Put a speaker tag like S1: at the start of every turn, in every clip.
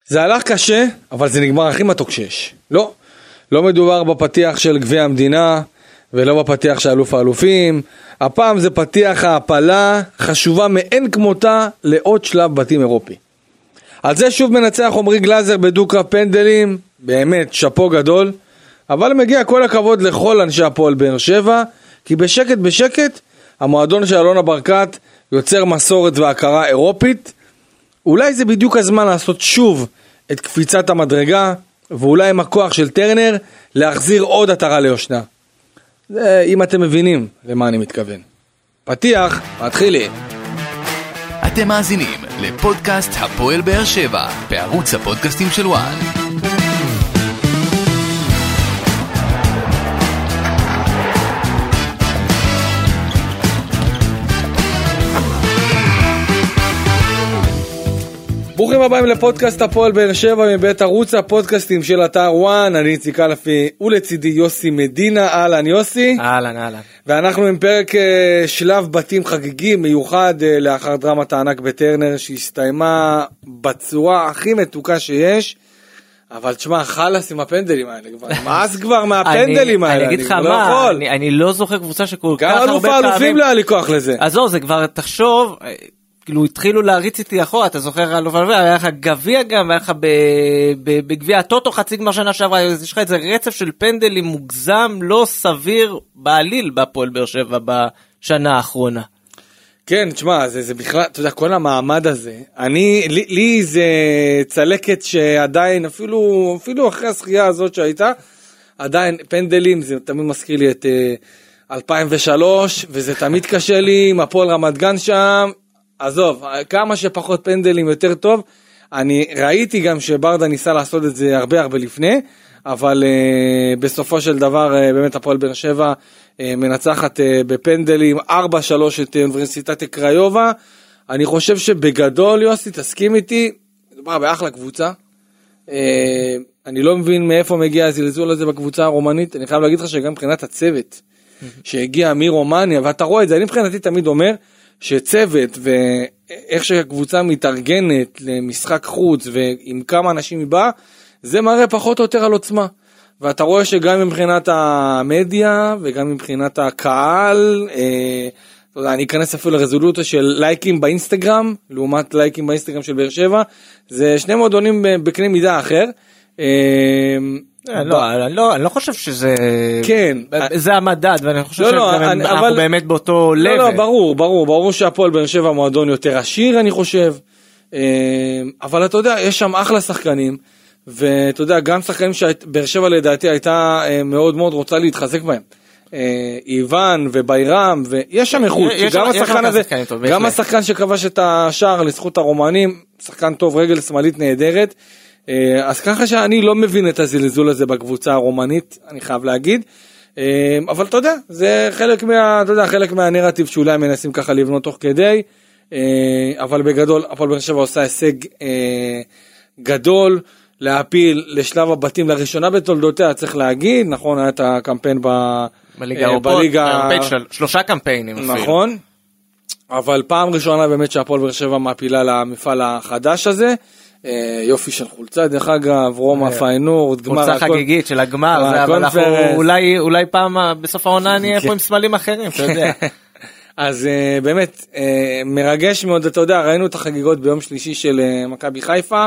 S1: זה הלך קשה, אבל זה נגמר הכי מתוק שיש. לא מדובר בפתיח של גביע המדינה, ולא בפתיח של אלוף האלופים. הפעם זה פתיח ההפלה, חשובה מאין כמותה לעוד שלב בתים אירופי. על זה שוב מנצח עומרי גלאזר בדוקה פנדלים, באמת שפו גדול, אבל מגיע כל הכבוד לכל אנשי הפועל באר שבע, כי בשקט, המועדון של אלונה ברקת יוצר מסורת והכרה אירופית. אולי זה בדיוק הזמן לעשות שוב את קפיצת המדרגה, ואולי עם הכוח של טרנר להחזיר עוד עטרה ליושנה. זה אם אתם מבינים למה אני מתכוון. פתיח, מתחילים.
S2: אתם מאזינים לפודקאסט הפועל באר שבע, בערוץ הפודקאסטים של וואן.
S1: ברוכים הבאים לפודקאסט הפועל באר שבע מבית ערוץ הפודקאסטים של אתר וואן. אני איציק אלפי ולצידי יוסי מדינה. אהלן יוסי.
S3: אהלן.
S1: ואנחנו עם פרק שלב בתים חגיגי מיוחד לאחר דרמת הענק בטרנר שהסתיימה בצורה הכי מתוקה שיש. אבל תשמע, חלס עם הפנדלים האלה כבר, מאס כבר מהפנדלים האלה.
S3: אני אגיד לך מה, אני לא זוכר קבוצה שכל כך הרבה פעמים.
S1: גם אלוף האלופים לא היה לי כוח לזה.
S3: אז לא, זה כבר, תחשוב, כאילו התחילו להריץ איתי אחורה, אתה זוכר אלוף האלופים, היה לך גביע גם, היה לך בגביע הטוטו חצי גמר שנה שעברה, יש לך איזה רצף של פנדלים מוגזם, לא סביר בעליל בהפועל באר שבע בשנה האחרונה.
S1: כן, תשמע, זה בכלל, אתה יודע, כל המעמד הזה, לי זה צלקת שעדיין, אפילו אחרי השחייה הזאת שהייתה, עדיין פנדלים, זה תמיד מזכיר לי את 2003, וזה תמיד קשה לי עם הפועל רמת גן שם. עזוב, כמה שפחות פנדלים יותר טוב. אני ראיתי גם שברדה ניסה לעשות את זה הרבה לפני, אבל בסופו של דבר באמת הפועל באר שבע מנצחת בפנדלים 4-3 את אוניברסיטת קריובה. אני חושב שבגדול, יוסי, תסכים איתי, מדובר באחלה קבוצה. אני לא מבין מאיפה מגיע הזלזול הזה בקבוצה הרומנית. אני חייב להגיד לך שגם מבחינת הצוות שהגיע מרומניה, ואתה רואה את זה, אני מבחינתי תמיד אומר שצוות ואיך שהקבוצה מתארגנת למשחק חוץ ועם כמה אנשים היא באה, זה מראה פחות או יותר על עוצמה. ואתה רואה שגם מבחינת המדיה וגם מבחינת הקהל, אני אכנס אפילו לרזולוציה של לייקים באינסטגרם, לעומת לייקים באינסטגרם של באר שבע, זה שני מועדונים בקנה מידה אחר.
S3: אני לא חושב שזה
S1: כן,
S3: זה המדד, ואני חושב שאנחנו באמת באותו לב.
S1: לא, ברור שהפועל באר שבע מועדון יותר עשיר, אני חושב, אבל אתה יודע, יש שם אחלה שחקנים, ואתה יודע, גם שחקנים שבאר שבע לדעתי הייתה מאוד מאוד רוצה להתחזק בהם, איוון וביירם, ויש שם איכות, גם השחקן הזה, גם השחקן שכבש את השער לזכות הרומנים, שחקן טוב, רגל שמאלית נהדרת. אז ככה שאני לא מבין את הזלזול הזה בקבוצה הרומנית, אני חייב להגיד, אבל אתה יודע, זה חלק מהנרטיב שאולי מנסים ככה לבנות תוך כדי, אבל בגדול הפועל באר שבע עושה הישג גדול להפיל לשלב הבתים לראשונה בתולדותיה, צריך להגיד, נכון, היה את הקמפיין בליגה,
S3: 3 קמפיינים אפילו. נכון,
S1: אבל פעם ראשונה באמת שהפועל באר שבע מעפילה למפעל החדש הזה. יופי של חולצה, דרך אגב, רומא פיינורד,
S3: חולצה חגיגית של הגמר, אבל אנחנו אולי פעם בסוף העונה נהיה פה עם סמלים אחרים, אתה יודע.
S1: אז באמת מרגש מאוד, אתה יודע, ראינו את החגיגות ביום שלישי של מכבי חיפה,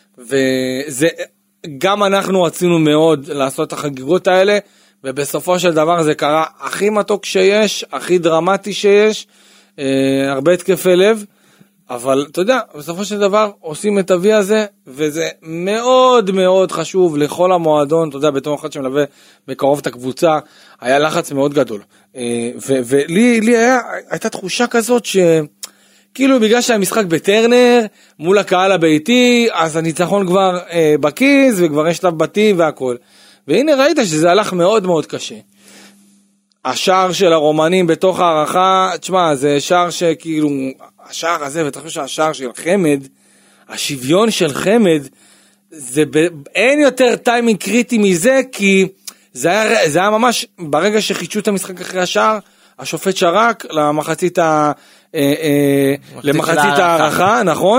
S1: וגם אנחנו רצינו מאוד לעשות את החגיגות האלה, ובסופו של דבר זה קרה הכי מתוק שיש, הכי דרמטי שיש, הרבה התקפי לב, אבל אתה יודע, בסופו של דבר עושים את הוי הזה, וזה מאוד מאוד חשוב לכל המועדון, אתה יודע, בתור אחד שמלווה בקרוב את הקבוצה, היה לחץ מאוד גדול. ולי הייתה תחושה כזאת שכאילו בגלל שהמשחק בטרנר, מול הקהל הביתי, אז הניצחון כבר בכיס, וכבר יש שלב בתים והכל. והנה ראית שזה הלך מאוד מאוד קשה. השער של הרומנים בתוך הערכה, תשמע, זה שער שכאילו, השער הזה, ואתה חושב שהשער של חמד, השוויון של חמד, אין יותר טיימינג קריטי מזה, כי זה היה ממש, ברגע שחידשו את המשחק אחרי השער, השופט שרק למחצית הערכה, נכון?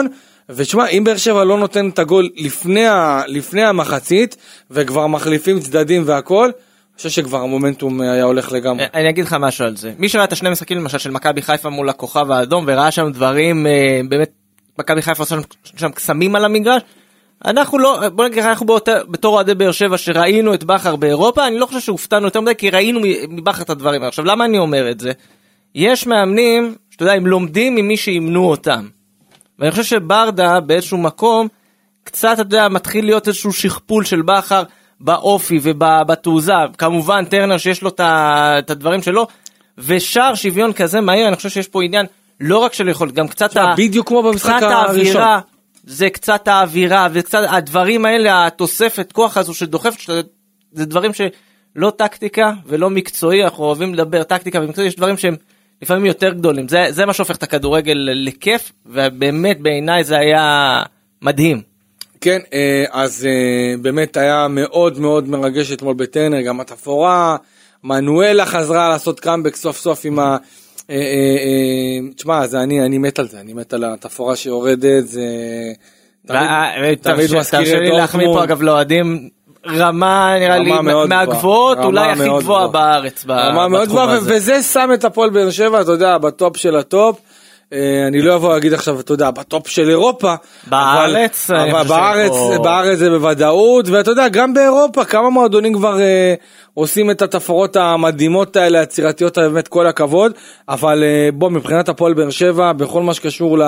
S1: ושמע, אם באר שבע לא נותן את הגול לפני המחצית, וכבר מחליפים צדדים והכל, אני חושב שכבר המומנטום היה הולך לגמרי.
S3: אני אגיד לך משהו על זה. מי שראה את השני משחקים למשל של מכבי חיפה מול הכוכב האדום, וראה שם דברים, באמת, מכבי חיפה עושה שם קסמים על המגרש, אנחנו לא, בוא נגיד, אנחנו בתור אוהדי באר שבע שראינו את בכר באירופה, אני לא חושב שהופתענו יותר מדי, כי ראינו מבכר את הדברים. עכשיו, למה אני אומר את זה? יש מאמנים, שאתה יודע, הם לומדים ממי שימנו אותם. ואני חושב שברדה באיזשהו מקום, קצת, אתה יודע, מתחיל להיות איזשהו שכפול של בכר, באופי ובתעוזה, כמובן טרנר שיש לו את הדברים שלו, ושאר שוויון כזה מהיר, אני חושב שיש פה עניין לא רק של יכולת, גם קצת
S1: בדיוק כמו במשחק הראשון.
S3: זה קצת האווירה, וקצת הדברים האלה, התוספת כוח הזו שדוחפת, זה דברים שלא טקטיקה ולא מקצועי, אנחנו אוהבים לדבר טקטיקה ומקצועי, יש דברים שהם לפעמים יותר גדולים, זה מה שהופך את הכדורגל לכיף, ובאמת בעיניי זה היה מדהים.
S1: כן, אז באמת היה מאוד מאוד מרגש אתמול בטרנר, גם התפאורה, מנואלה חזרה לעשות קאמבק סוף סוף עם ה... תשמע, אני מת על זה, אני מת על התפאורה שיורדת, זה תמיד מזכיר את
S3: תרשה לי להחמיא פה אגב לאוהדים, רמה נראה לי מהגבוהות, אולי הכי גבוהה בארץ.
S1: רמה מאוד גבוהה, וזה שם את הפועל באר שבע, אתה יודע, בטופ של הטופ, אני לא אבוא להגיד עכשיו, אתה יודע, בטופ של אירופה,
S3: בארץ,
S1: בארץ זה בוודאות, ואתה יודע, גם באירופה, כמה מועדונים כבר עושים את התפאורות המדהימות האלה, הצירתיות, באמת כל הכבוד, אבל בוא, מבחינת הפועל באר שבע, בכל מה שקשור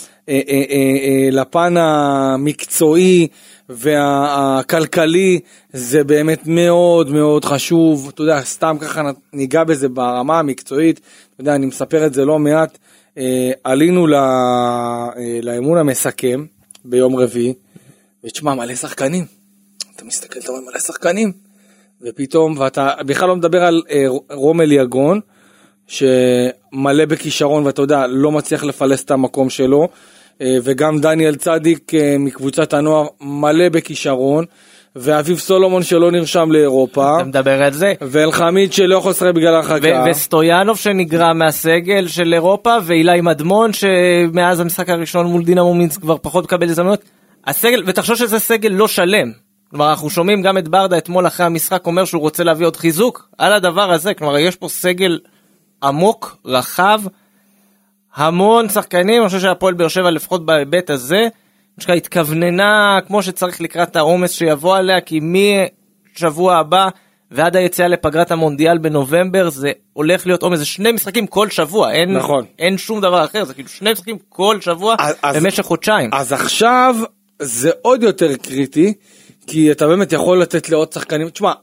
S1: לפן המקצועי והכלכלי, זה באמת מאוד מאוד חשוב, אתה יודע, סתם ככה ניגע בזה ברמה המקצועית, אתה יודע, אני מספר את זה לא מעט, עלינו לאימון המסכם ביום רביעי, ותשמע, מלא שחקנים, אתה מסתכל, אתה רואה מלא שחקנים, ופתאום, ואתה בכלל לא מדבר על רומל יגון, שמלא בכישרון, ואתה יודע, לא מצליח לפלס את המקום שלו, וגם דניאל צדיק מקבוצת הנוער, מלא בכישרון, ואביב סולומון שלא נרשם לאירופה.
S3: אתה מדבר על זה.
S1: ואלחמיד שלא יכול לשחק בגלל הרחקה.
S3: וסטויאנוב שנגרע מהסגל של אירופה, ואילי מדמון שמאז המשחק הראשון מול דינמו מינסק כבר פחות מקבל הזדמנות. הסגל, ותחשוב שזה סגל לא שלם. כלומר, אנחנו שומעים גם את ברדה אתמול אחרי המשחק אומר שהוא רוצה להביא עוד חיזוק על הדבר הזה. כלומר, יש פה סגל עמוק, רחב, המון שחקנים. אני חושב שהפועל באר שבע לפחות בהיבט הזה, התכווננה כמו שצריך לקראת העומס שיבוא עליה, כי משבוע הבא ועד היציאה לפגרת המונדיאל בנובמבר, זה הולך להיות עומס, זה 2 משחקים כל שבוע, אין שום דבר אחר, זה כאילו 2 משחקים כל שבוע במשך חודשיים.
S1: אז עכשיו זה עוד יותר קריטי, כי אתה באמת יכול לתת לעוד שחקנים, תשמע,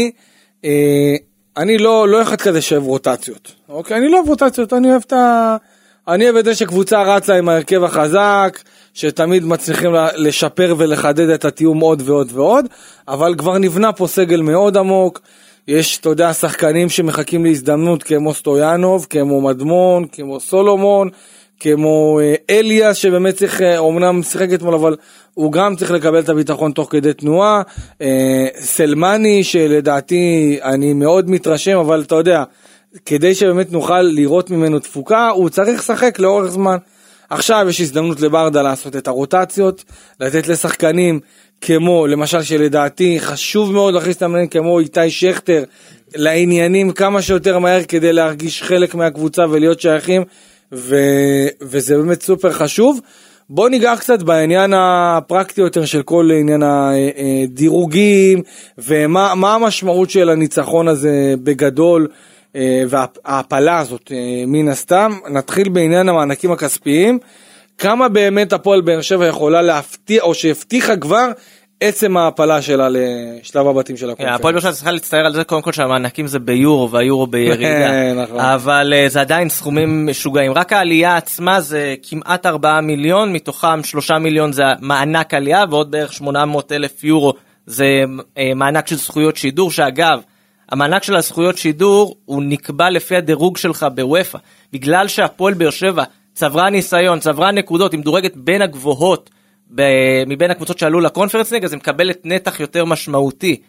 S1: אני לא אחד כזה שאוהב רוטציות, אוקיי? אני לא אוהב רוטציות, אני אוהב את זה שקבוצה רצה עם ההרכב החזק, שתמיד מצליחים לשפר ולחדד את התיאום עוד ועוד ועוד, אבל כבר נבנה פה סגל מאוד עמוק, יש, אתה יודע, שחקנים שמחכים להזדמנות, כמו סטויאנוב, כמו מדמון, כמו סולומון, כמו אליאס, שבאמת צריך, אומנם משחק אתמול, אבל הוא גם צריך לקבל את הביטחון תוך כדי תנועה, סלמני, שלדעתי אני מאוד מתרשם, אבל אתה יודע, כדי שבאמת נוכל לראות ממנו תפוקה, הוא צריך לשחק לאורך זמן. עכשיו יש הזדמנות לברדה לעשות את הרוטציות, לתת לשחקנים כמו, למשל שלדעתי חשוב מאוד להכניס את המנהלים כמו איתי שכטר, לעניינים כמה שיותר מהר כדי להרגיש חלק מהקבוצה ולהיות שייכים, וזה באמת סופר חשוב. בוא ניגע קצת בעניין הפרקטי יותר של כל עניין הדירוגים, ומה המשמעות של הניצחון הזה בגדול, וההפלה הזאת מן הסתם. נתחיל בעניין המענקים הכספיים, כמה באמת הפועל באר שבע יכולה להפתיע, או שהבטיחה כבר עצם ההפלה שלה לשלב הבתים של הקונפרנס.
S3: הפועל באר שבע צריכה להצטער על זה קודם כל שהמענקים זה ביורו והיורו בירידה, אבל זה עדיין סכומים משוגעים. רק העלייה עצמה זה כמעט 4 מיליון, מתוכם 3 מיליון זה מענק עלייה, ועוד בערך 800,000 יורו זה מענק של זכויות שידור, שאגב המענק של הזכויות שידור הוא נקבע לפי הדירוג שלך בוופא, בגלל שהפועל באר שבע צברה ניסיון, צברה נקודות, היא מדורגת בין הגבוהות מבין הקבוצות שעלו לקונפרנס ליג, אז היא מקבלת נתח יותר משמעותי.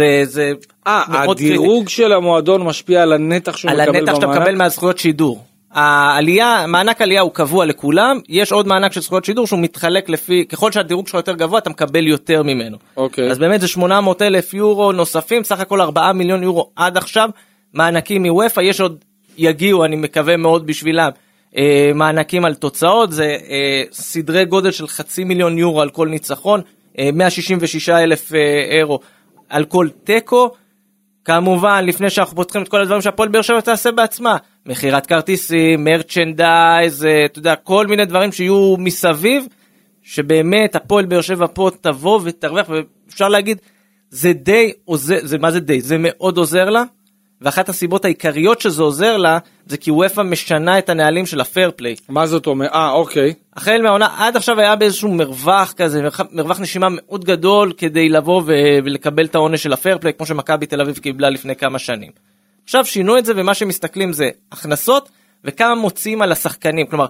S1: הדירוג של המועדון משפיע על הנתח שהוא מקבל במענק?
S3: על הנתח שאתה מקבל מהזכויות שידור. מענק עלייה הוא קבוע לכולם, יש עוד מענק של זכויות שידור שהוא מתחלק לפי, ככל שהדירוג שלך יותר גבוה, אתה מקבל יותר ממנו.
S1: אוקיי.
S3: אז באמת זה 800,000 יורו נוספים, סך הכל 4 מיליון יורו עד עכשיו, מענקים מוופא, יש עוד יגיעו, אני מקווה מאוד בשבילם, מענקים על תוצאות, זה סדרי גודל של 500,000 יורו על כל ניצחון, 166,000 אירו על כל טקו, כמובן, לפני שאנחנו פותחים את כל הדברים שהפועל באר שבע תעשה בעצמה, מחירת כרטיסים, מרצ'נדייז, אתה יודע, כל מיני דברים שיהיו מסביב, שבאמת הפועל באר שבע פה תבוא ותרוויח, ואפשר להגיד, זה די עוזר, מה זה די? זה מאוד עוזר לה, ואחת הסיבות העיקריות שזה עוזר לה, זה כי וופא משנה את הנהלים של הפייר פליי.
S1: מה זאת אומרת? אוקיי.
S3: החל מהעונה, עד עכשיו היה באיזשהו מרווח כזה, מרווח נשימה מאוד גדול, כדי לבוא ולקבל את העונש של הפייר פליי, כמו שמכבי תל אביב קיבלה לפני כמה שנים. עכשיו שינו את זה, ומה שמסתכלים זה הכנסות, וכמה מוצאים על השחקנים, כלומר,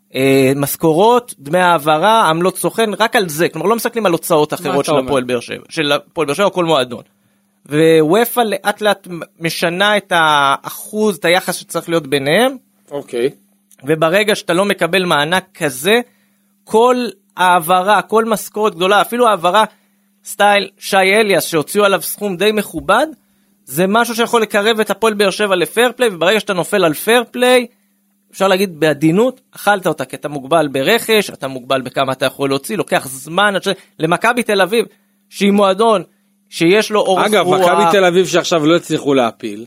S3: משכורות, דמי העברה, עמלות סוכן, רק על זה, כלומר לא מסתכלים על הוצאות אחרות של הפועל באר שבע, של הפועל באר שבע או כל מועדון. ווופא לאט לאט משנה את האחוז, את היחס שצריך להיות ביניהם.
S1: אוקיי.
S3: וברגע שאתה לא מקבל מענק כזה, כל העברה, כל משכורת גדולה, אפילו העברה סטייל שי אליאס, שהוציאו עליו סכום די מכובד, זה משהו שיכול לקרב את הפועל באר שבע לפייר פליי, וברגע שאתה נופל על פייר פליי, אפשר להגיד בעדינות, אכלת אותה, כי אתה מוגבל ברכש, אתה מוגבל בכמה אתה יכול להוציא, לוקח זמן, למכבי תל אביב, שהיא מועדון, שיש לו אורך
S1: אגב, מכבי תל אביב שעכשיו לא הצליחו להפיל,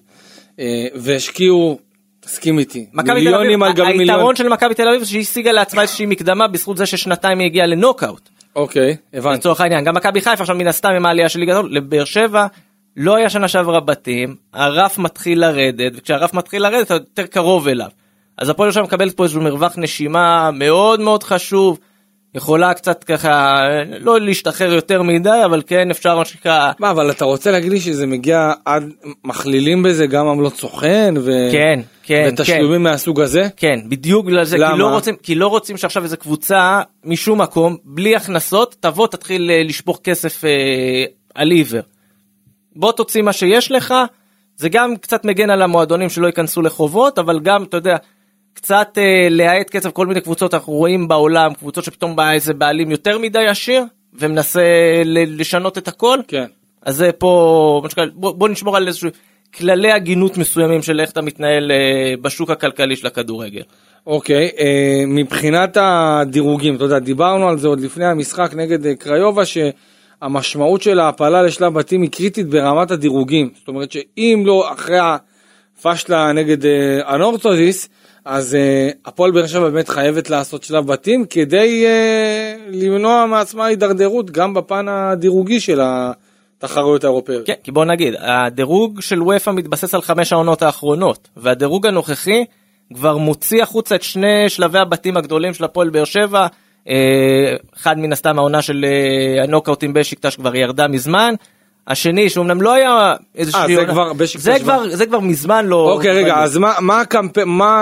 S1: והשקיעו, תסכים איתי, מיליונים על גבי מיליון.
S3: היתרון של מכבי תל אביב זה שהיא השיגה לעצמה איזושהי מקדמה, בזכות זה ששנתיים היא הגיעה לנוקאוט.
S1: אוקיי, הבנתי.
S3: לצורך העניין, גם מכבי חיפה עכשיו מן הסתם עם העלייה של ליגה, לבאר שבע, לא היה שנה שעברה בתים, הרף מתחיל לרדת, וכשהרף מתחיל לרדת אתה יותר קרוב אליו. אז הפועל עכשיו מקבלת פה איזשהו מרווח נשימה מאוד מאוד חשוב, יכולה קצת ככה, לא להשתחרר יותר מדי, אבל כן אפשר מה שקרה.
S1: מה, אבל אתה רוצה להגיד לי שזה מגיע עד, מכלילים בזה גם עמלות סוכן, ותשלומים מהסוג הזה?
S3: כן, בדיוק בגלל זה, כי לא רוצים שעכשיו איזו קבוצה, משום מקום, בלי הכנסות, תבוא תתחיל לשפוך כסף על עיוור. בוא תוציא מה שיש לך, זה גם קצת מגן על המועדונים שלא ייכנסו לחובות, אבל גם, אתה יודע, קצת להאט קצב כל מיני קבוצות, אנחנו רואים בעולם, קבוצות שפתאום בא איזה בעלים יותר מדי עשיר, ומנסה לשנות את הכל.
S1: כן.
S3: אז זה פה, בוא נשמור על איזשהו כללי הגינות מסוימים של איך אתה מתנהל בשוק הכלכלי של הכדורגל.
S1: אוקיי, מבחינת הדירוגים, אתה יודע, דיברנו על זה עוד לפני המשחק נגד קריובה, שהמשמעות של ההפלה לשלב בתים היא קריטית ברמת הדירוגים. זאת אומרת שאם לא אחרי הפשלה נגד הנורטוזיס, אז הפועל באר שבע באמת חייבת לעשות שלב בתים, כדי למנוע מעצמה הידרדרות, גם בפן הדירוגי של התחרויות האירופאיות.
S3: כן, כי בוא נגיד, הדירוג של וופא מתבסס על 5 העונות האחרונות, והדירוג הנוכחי כבר מוציא החוצה את שני שלבי הבתים הגדולים של הפועל באר שבע, אחד מן הסתם העונה של הנוקאוטים בשיקטש כבר ירדה מזמן, השני, שאומנם לא היה איזושהי... זה כבר מזמן לא...
S1: אוקיי, רגע, אז מה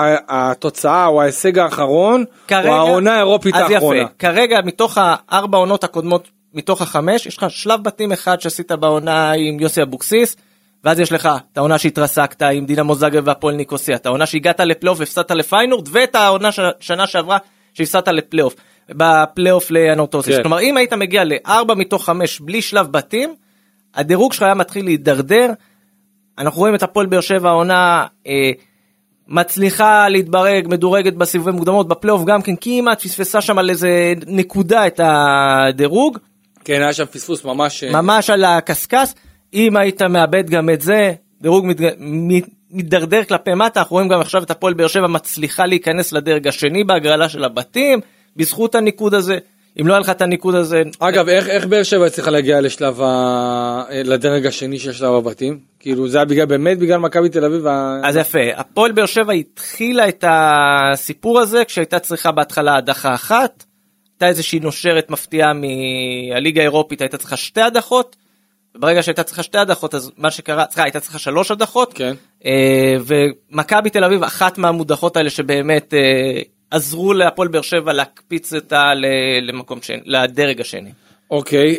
S1: התוצאה או ההישג האחרון, או העונה האירופית האחרונה?
S3: אז יפה, כרגע מתוך 4 העונות הקודמות, מתוך 5, יש לך שלב בתים אחד שעשית בעונה עם יוסי אבוקסיס, ואז יש לך את העונה שהתרסקת עם דינמו זאגרב והפועל ניקוסיה, את העונה שהגעת לפלייאוף והפסדת לפיינורד, ואת העונה שנה שעברה שהפסדת לפלייאוף, בפלייאוף לאנורטוסיס. כלומר, אם היית מגיע ל4 מתוך 5 בלי שלב בתים, הדירוג שלך היה מתחיל להידרדר. אנחנו רואים את הפועל באר שבע העונה מצליחה להתברג, מדורגת בסיבובי מוקדמות, בפלייאוף גם כן כמעט פספסה שם על איזה נקודה את הדירוג.
S1: כן, היה שם פספוס
S3: ממש על הקסקס. אם היית מאבד גם את זה, דירוג מתדרדר כלפי מטה. אנחנו רואים גם עכשיו את הפועל באר שבע מצליחה להיכנס לדרג השני בהגרלה של הבתים, בזכות הניקוד הזה. אם לא היה לך את הניקוד הזה...
S1: אגב, איך באר שבע צריכה להגיע לדרג השני של שלב הבתים? כאילו, זה היה באמת בגלל מכבי תל אביב?
S3: אז יפה, הפועל באר שבע התחילה את הסיפור הזה, כשהייתה צריכה בהתחלה הדחה אחת, הייתה איזושהי נושרת מפתיעה מהליגה האירופית, הייתה צריכה 2 הדחות, וברגע שהייתה צריכה 2 הדחות, אז מה שקרה, הייתה צריכה 3 הדחות,
S1: כן.
S3: ומכבי תל אביב, אחת מהמודחות האלה שבאמת... עזרו להפועל באר שבע להקפיץ אותה למקום שני, לדרג השני.
S1: אוקיי,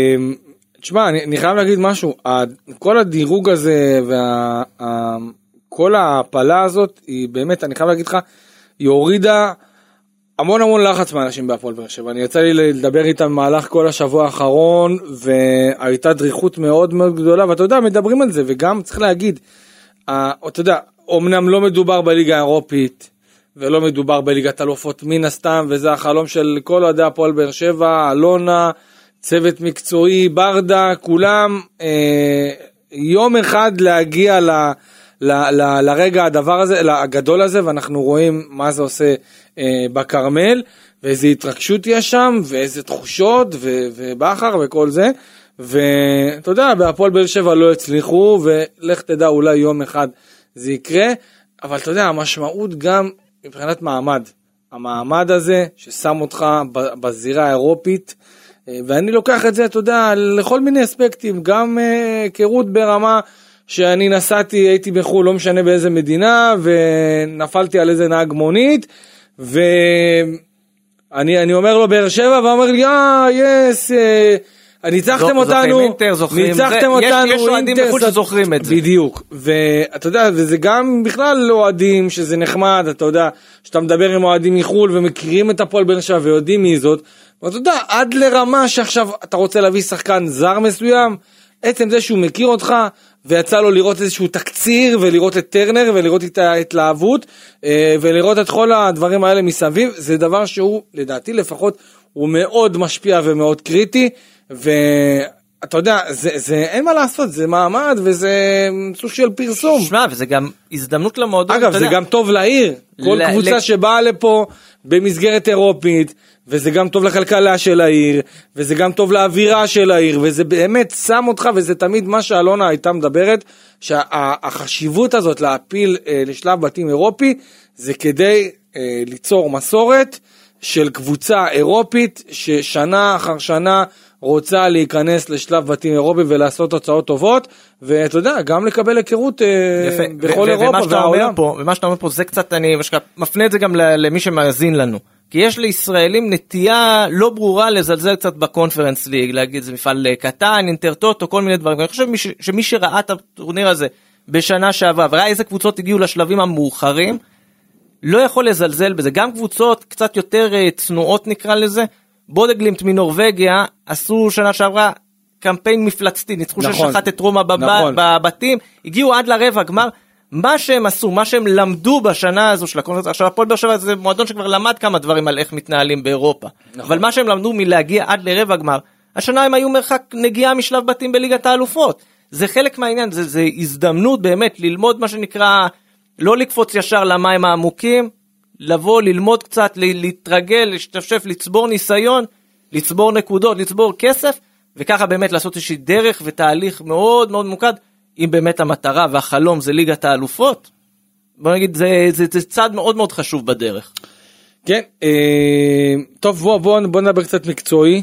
S1: תשמע, אני חייב להגיד משהו, כל הדירוג הזה, כל ההפלה הזאת, היא באמת, אני חייב להגיד לך, היא הורידה המון לחץ מהאנשים בהפועל באר שבע. אני יצא לי לדבר איתם במהלך כל השבוע האחרון, והייתה דריכות מאוד מאוד גדולה, ואתה יודע, מדברים על זה, וגם צריך להגיד, אתה יודע, אמנם לא מדובר בליגה האירופית, ולא מדובר בליגת אלופות מן הסתם, וזה החלום של כל אוהדי הפועל באר שבע, אלונה, צוות מקצועי, ברדה, כולם, יום אחד להגיע לרגע הדבר הזה, הגדול הזה, ואנחנו רואים מה זה עושה בקרמל, ואיזו התרגשות יש שם, ואיזה תחושות, ובחר וכל זה, ואתה יודע, בהפועל באר שבע לא הצליחו, ולך תדע, אולי יום אחד זה יקרה, אבל אתה יודע, המשמעות גם מבחינת מעמד, המעמד הזה ששם אותך בזירה האירופית, ואני לוקח את זה, אתה יודע, לכל מיני אספקטים, גם היכרות ברמה שאני נסעתי, הייתי בחו"ל, לא משנה באיזה מדינה, ונפלתי על איזה נהג מונית, ואני אומר לו באר שבע, ואומר לי, יס, ניצחתם אותנו, ניצחתם אותנו,
S3: יש אוהדים בחו"ל שזוכרים את זה.
S1: בדיוק, ואתה יודע, וזה גם בכלל לא אוהדים, שזה נחמד, אתה יודע, שאתה מדבר עם אוהדים מחו"ל, ומכירים את הפועל באר שבע, ויודעים מי זאת, ואתה יודע, עד לרמה שעכשיו אתה רוצה להביא שחקן זר מסוים, עצם זה שהוא מכיר אותך, ויצא לו לראות איזשהו תקציר, ולראות את טרנר, ולראות את ההתלהבות, ולראות את כל הדברים האלה מסביב, זה דבר שהוא, לדעתי לפחות, הוא מאוד משפיע ומאוד קריטי, ואתה יודע, זה אין מה לעשות, זה מעמד, וזה סוג של פרסום.
S3: שמע, וזה גם הזדמנות למועדון.
S1: אגב, זה גם טוב לעיר, כל קבוצה שבאה לפה במסגרת אירופית, וזה גם טוב לכלכלה של העיר, וזה גם טוב לאווירה של העיר, וזה באמת שם אותך, וזה תמיד מה שאלונה הייתה מדברת, שהחשיבות הזאת להפיל לשלב בתים אירופי, זה כדי ליצור מסורת של קבוצה אירופית, ששנה אחר שנה רוצה להיכנס לשלב בתים אירופי, ולעשות תוצאות טובות, ואתה יודע, גם לקבל היכרות בכל אירופה והעולם.
S3: ומה שאתה אומר פה, זה קצת, אני מפנה את זה גם למי שמאזין לנו. כי יש לישראלים נטייה לא ברורה לזלזל קצת בקונפרנס ליג, להגיד זה מפעל קטן, אינטרטוט או כל מיני דברים. אני חושב שמי שראה את הטורניר הזה בשנה שעברה, וראה איזה קבוצות הגיעו לשלבים המאוחרים, לא יכול לזלזל בזה. גם קבוצות קצת יותר צנועות נקרא לזה, בודגלימט מנורווגיה עשו שנה שעברה קמפיין מפלצתי, ניצחו ששחט את רומא בבתים, הגיעו עד לרבע גמר. מה שהם עשו, מה שהם למדו בשנה הזו של הקונפרנס, עכשיו הפועל באר שבע זה מועדון שכבר למד כמה דברים על איך מתנהלים באירופה, אבל מה שהם למדו מלהגיע עד לרבע גמר, השנה הם היו מרחק נגיעה משלב בתים בליגת האלופות, זה חלק מהעניין, זה הזדמנות באמת ללמוד מה שנקרא, לא לקפוץ ישר למים העמוקים, לבוא, ללמוד קצת, להתרגל, להשתפשף, לצבור ניסיון, לצבור נקודות, לצבור כסף, וככה באמת לעשות איזושהי דרך ותהליך מאוד מאוד מוקד, אם באמת המטרה והחלום זה ליגת האלופות, בוא נגיד, זה צעד מאוד מאוד חשוב בדרך.
S1: כן, טוב, בוא נדבר קצת מקצועי.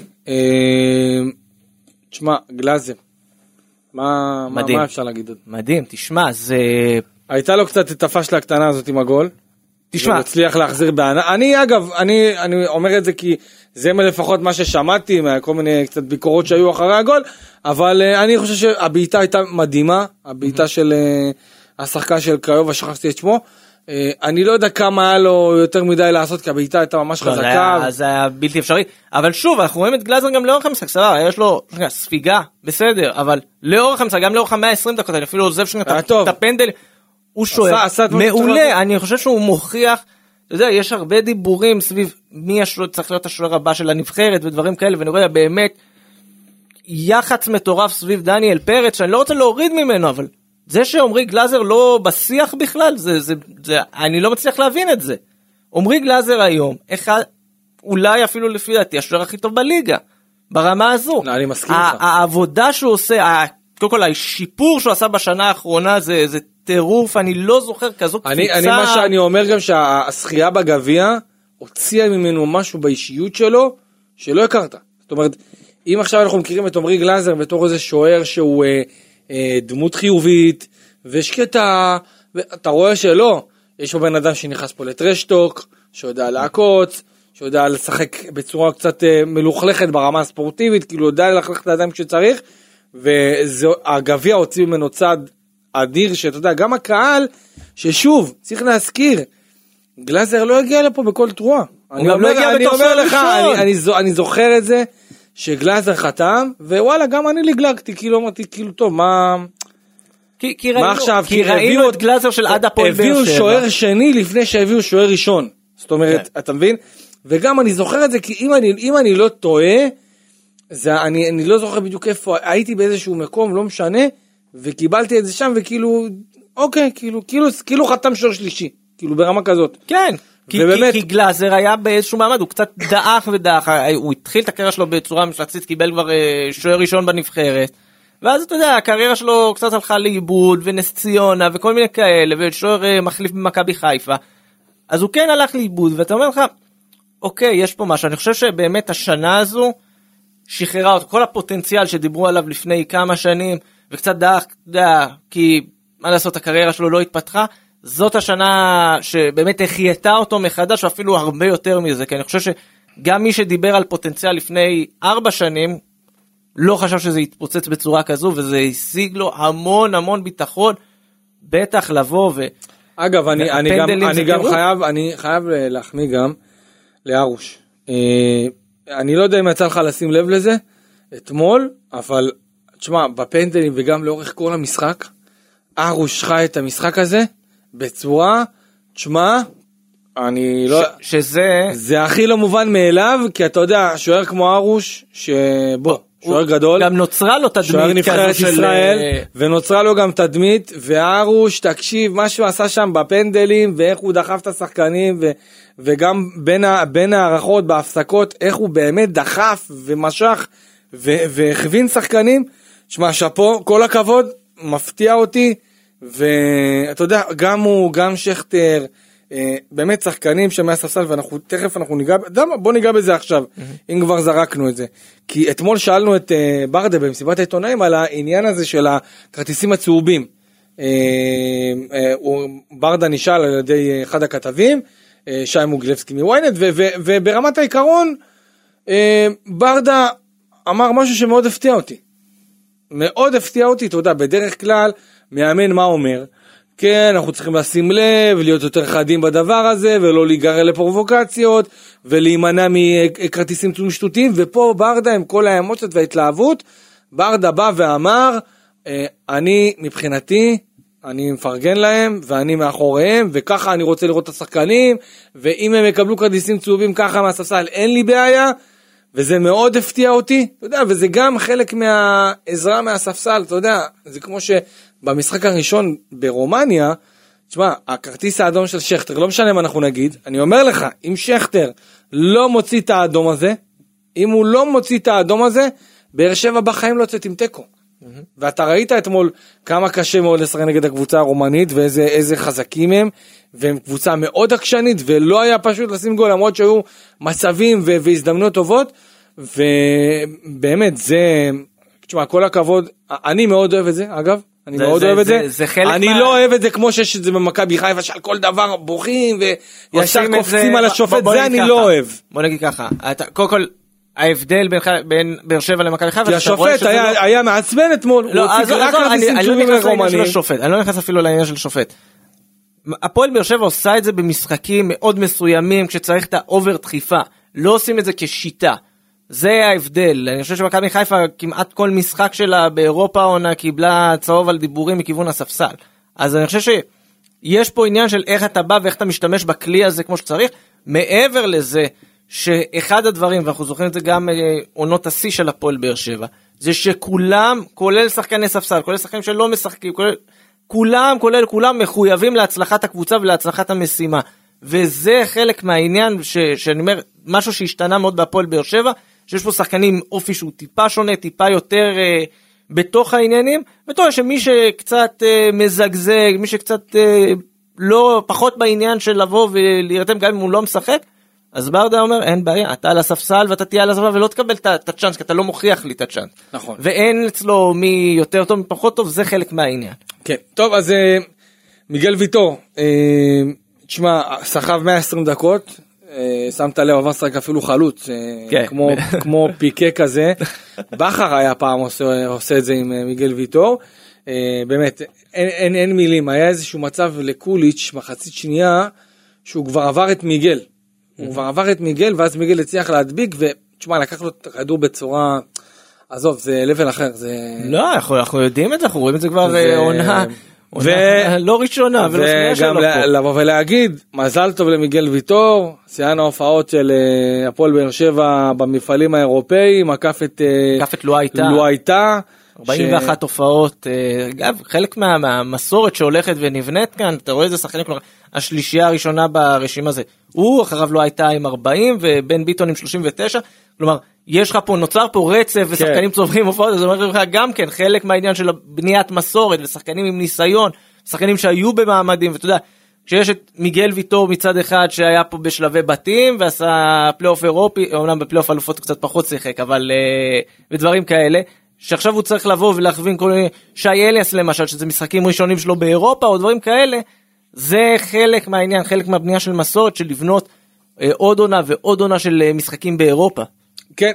S1: תשמע, גלאזר, מה אפשר להגיד עוד?
S3: מדהים, תשמע, זה...
S1: הייתה לו קצת את הפשלה הקטנה הזאת עם הגול. תשמע. הוא הצליח להחזיר בענה. אני אגב, אני אומר את זה כי זה לפחות מה ששמעתי, כל מיני קצת ביקורות שהיו אחרי הגול, אבל אני חושב שהבעיטה הייתה מדהימה, הבעיטה של השחקן של קריובה, שכחתי את שמו, אני לא יודע כמה היה לו יותר מדי לעשות, כי הבעיטה הייתה ממש חזקה.
S3: זה היה בלתי אפשרי, אבל שוב, אנחנו רואים את גלאזר גם לאורך המשחק, סבבה, יש לו ספיגה, בסדר, אבל לאורך המשחק, גם לאורך 120 דקות, אני אפילו עוזב את הפנדל, הוא שואל, מעולה, אני חושב שהוא מוכיח, אתה יודע, יש הרבה דיבורים סביב מי צריך להיות השוער הבא של הנבחרת ודברים כאלה, ואני רואה באמת יחץ מטורף סביב דניאל פרץ, שאני לא רוצה להוריד ממנו, אבל זה שעומרי גלאזר לא בשיח בכלל, אני לא מצליח להבין את זה. עומרי גלאזר היום, אולי אפילו לפי דעתי, השוער הכי טוב בליגה, ברמה הזו.
S1: אני מסכים לך.
S3: העבודה שהוא עושה, קודם כל השיפור שהוא עשה בשנה האחרונה, זה טירוף, אני לא זוכר כזו קפיצה.
S1: מה שאני אומר גם שהשחייה בגביע הוציאה ממנו משהו באישיות שלו שלא הכרת. זאת אומרת, אם עכשיו אנחנו מכירים את עומרי גלאזר בתור איזה שוער שהוא דמות חיובית ושקטה, אתה רואה שלא, יש פה בן אדם שנכנס פה לטרשטוק, שיודע לעקוץ, שיודע לשחק בצורה קצת מלוכלכת ברמה הספורטיבית, כאילו יודע ללכלך את האדם כשצריך, והגביע הוציא ממנו צד אדיר, שאתה יודע, גם הקהל ששוב, צריך להזכיר, גלאזר לא הגיע לפה בכל תרועה.
S3: הוא גם לא הגיע בתור שוער ראשון.
S1: אני זוכר את זה, שגלאזר חתם, ווואלה, גם אני לגלגתי, כאילו אמרתי, כאילו טוב, מה עכשיו?
S3: כי ראינו את גלאזר של עד הפועל באר שבע.
S1: הביאו שוער שני לפני שהביאו שוער ראשון. זאת אומרת, אתה מבין? וגם אני זוכר את זה, כי אם אני לא טועה, אני לא זוכר בדיוק איפה, הייתי באיזשהו מקום, לא משנה, וקיבלתי את זה שם, וכאילו, אוקיי, כאילו חתם שוער שלישי, כאילו ברמה כזאת.
S3: כן, כי גלאזר היה באיזשהו מעמד, הוא קצת דאח, הוא התחיל את הקריירה שלו בצורה מפלצתית, קיבל כבר שוער ראשון בנבחרת, ואז אתה יודע, הקריירה שלו קצת הלכה לאיבוד, ונס ציונה, וכל מיני כאלה, ושוער מחליף במכבי חיפה, אז הוא כן הלך לאיבוד, ואתה אומר לך, אוקיי, יש פה משהו, אני חושב שבאמת השנה הזו, שחררה אותו, כל הפוטנציאל שדיברו עליו לפני כמה שנים, וקצת דאח, כי מה לעשות, הקריירה שלו לא התפתחה, זאת השנה שבאמת החייתה אותו מחדש, ואפילו הרבה יותר מזה, כי אני חושב שגם מי שדיבר על פוטנציאל לפני 4 שנים, לא חשב שזה יתפוצץ בצורה כזו, וזה השיג לו המון המון ביטחון, בטח לבוא
S1: אגב, אני חייב להחמיא גם לארוש. אני לא יודע אם יצא לך לשים לב לזה, אתמול, אבל תשמע, בפנדלים וגם לאורך כל המשחק, ארוש חי את המשחק הזה, בצורה, תשמע, אני לא... זה הכי לא מובן מאליו, כי אתה יודע, שוער כמו ארוש, שוער גדול,
S3: גם נוצרה לו תדמית,
S1: שוער נבחרת ישראל, ונוצרה לו גם תדמית, וארוש, תקשיב, מה שהוא עשה שם בפנדלים, ואיך הוא דחף את השחקנים, וגם בין הערכות, בהפסקות, איך הוא באמת דחף ומשך, והכווין שחקנים, תשמע, שפו, כל הכבוד, מפתיע אותי, ואתה יודע, גם הוא, גם שכטר, באמת שחקנים שמהספסל, ותכף אנחנו ניגע, בוא ניגע בזה עכשיו, אם כבר זרקנו את זה. כי אתמול שאלנו את ברדה במסיבת העיתונאים על העניין הזה של הכרטיסים הצהובים. ברדה נשאל על ידי אחד הכתבים, שי מוגלבסקי מוויינט, וברמת העיקרון, ברדה אמר משהו שמאוד הפתיע אותי. מאוד הפתיע אותי, אתה יודע, בדרך כלל, מאמן מה אומר? כן, אנחנו צריכים לשים לב, להיות יותר חדים בדבר הזה, ולא להיגרר לפרובוקציות, ולהימנע מכרטיסים צהובים שטותיים, ופה ברדה עם כל האמוציות וההתלהבות, ברדה בא ואמר, אני מבחינתי, אני מפרגן להם, ואני מאחוריהם, וככה אני רוצה לראות את השחקנים, ואם הם יקבלו כרטיסים צהובים ככה מהספסל, אין לי בעיה, וזה מאוד הפתיע אותי, אתה יודע, וזה גם חלק מהעזרה מהספסל, אתה יודע, זה כמו שבמשחק הראשון ברומניה, תשמע, הכרטיס האדום של שכטר, לא משנה מה אנחנו נגיד, אני אומר לך, אם שכטר לא מוציא את האדום הזה, אם הוא לא מוציא את האדום הזה, באר שבע בחיים לא יוצאת עם טקו. ואתה ראית אתמול כמה קשה מאוד לשחק נגד הקבוצה הרומנית, ואיזה חזקים הם, והם קבוצה מאוד עקשנית, ולא היה פשוט לשים גול, למרות שהיו מצבים והזדמנויות טובות, ובאמת זה, תשמע, כל הכבוד, אני מאוד אוהב את זה, אגב, אני מאוד אוהב את זה, אני לא אוהב את זה כמו שיש את זה במכבי חיפה, שעל כל דבר בוכים, וישר קופצים על השופט, זה אני לא אוהב.
S3: בוא נגיד ככה, קודם כל, ההבדל בין באר שבע למכבי חיפה,
S1: כי השופט היה מעצבן אתמול, הוא הוציא רק כרטיסים צהובים לרומנים.
S3: אני לא נכנס אפילו לעניין של שופט. הפועל באר שבע עושה את זה במשחקים מאוד מסוימים, כשצריך את האובר דחיפה, לא עושים את זה כשיטה. זה ההבדל. אני חושב שמכבי חיפה כמעט כל משחק שלה באירופה עונה קיבלה צהוב על דיבורים מכיוון הספסל. אז אני חושב שיש פה עניין של איך אתה בא ואיך אתה משתמש בכלי הזה כמו שצריך. מעבר לזה שאחד הדברים, ואנחנו זוכרים את זה גם עונות השיא של הפועל באר שבע, זה שכולם, כולל שחקני ספסל, כולל שחקנים שלא משחקים, כולם מחויבים להצלחת הקבוצה ולהצלחת המשימה. וזה חלק מהעניין שאני אומר, משהו שהשתנה מאוד בהפועל באר שבע, שיש פה שחקנים אופי שהוא טיפה שונה, טיפה יותר בתוך העניינים, וטוב שמי שקצת מזגזג, מי שקצת לא, פחות בעניין של לבוא ולהירתם גם אם הוא לא משחק, אז ברדה אומר, אין בעיה, אתה על הספסל ואתה תהיה על הספסל ולא תקבל את הצ'אנס, כי אתה לא מוכיח לי את הצ'אנס.
S1: נכון.
S3: ואין אצלו מי יותר טוב, מי פחות טוב, זה חלק מהעניין.
S1: כן, טוב, אז מיגל ויטור, תשמע, שחב 120 דקות, שמת לב, עבר שחק אפילו חלוץ, כמו פיקה כזה, בחר היה פעם עושה את זה עם מיגל ויטור, באמת, אין מילים, היה איזשהו מצב לקוליץ' מחצית שנייה, שהוא כבר עבר את מיגל, ואז מיגל הצליח להדביק, ותשמע, לקח לו את הכדור בצורה, עזוב, זה לבל אחר, זה...
S3: לא, אנחנו יודעים את זה, אנחנו רואים את זה כבר עונה לא ראשונה, ולא שנייה שלו פה.
S1: וגם לבוא ולהגיד, מזל טוב למיגל ויטור, שיאן ההופעות של הפועל באר שבע במפעלים האירופאים, מקף את לואייטה,
S3: 41 הופעות, אגב, חלק מהמסורת שהולכת ונבנית כאן, אתה רואה איזה שחקנים, כלומר, השלישייה הראשונה ברשימה הזה, הוא אחריו לא הייתה עם 40, ובן ביטון עם 39, כלומר, יש לך פה, נוצר פה רצף, ושחקנים צוברים הופעות, זאת אומרת לך גם כן, חלק מהעניין של בניית מסורת, ושחקנים עם ניסיון, שחקנים שהיו במעמדים, ואתה יודע, כשיש את מיגל ויטור מצד אחד, שהיה פה בשלבי בתים, ועשה פלייאוף אירופי, אומנם בפלייאוף אלופות קצת פחות שיחק, אבל בדברים כאלה, שעכשיו הוא צריך לבוא ולהכווין כל מיני, שי אליאס למשל, שזה משחקים ראשונים שלו באירופה, או דברים כאלה, זה חלק מהעניין, חלק מהבנייה של מסורת, של לבנות עוד עונה ועוד עונה של משחקים באירופה.
S1: כן,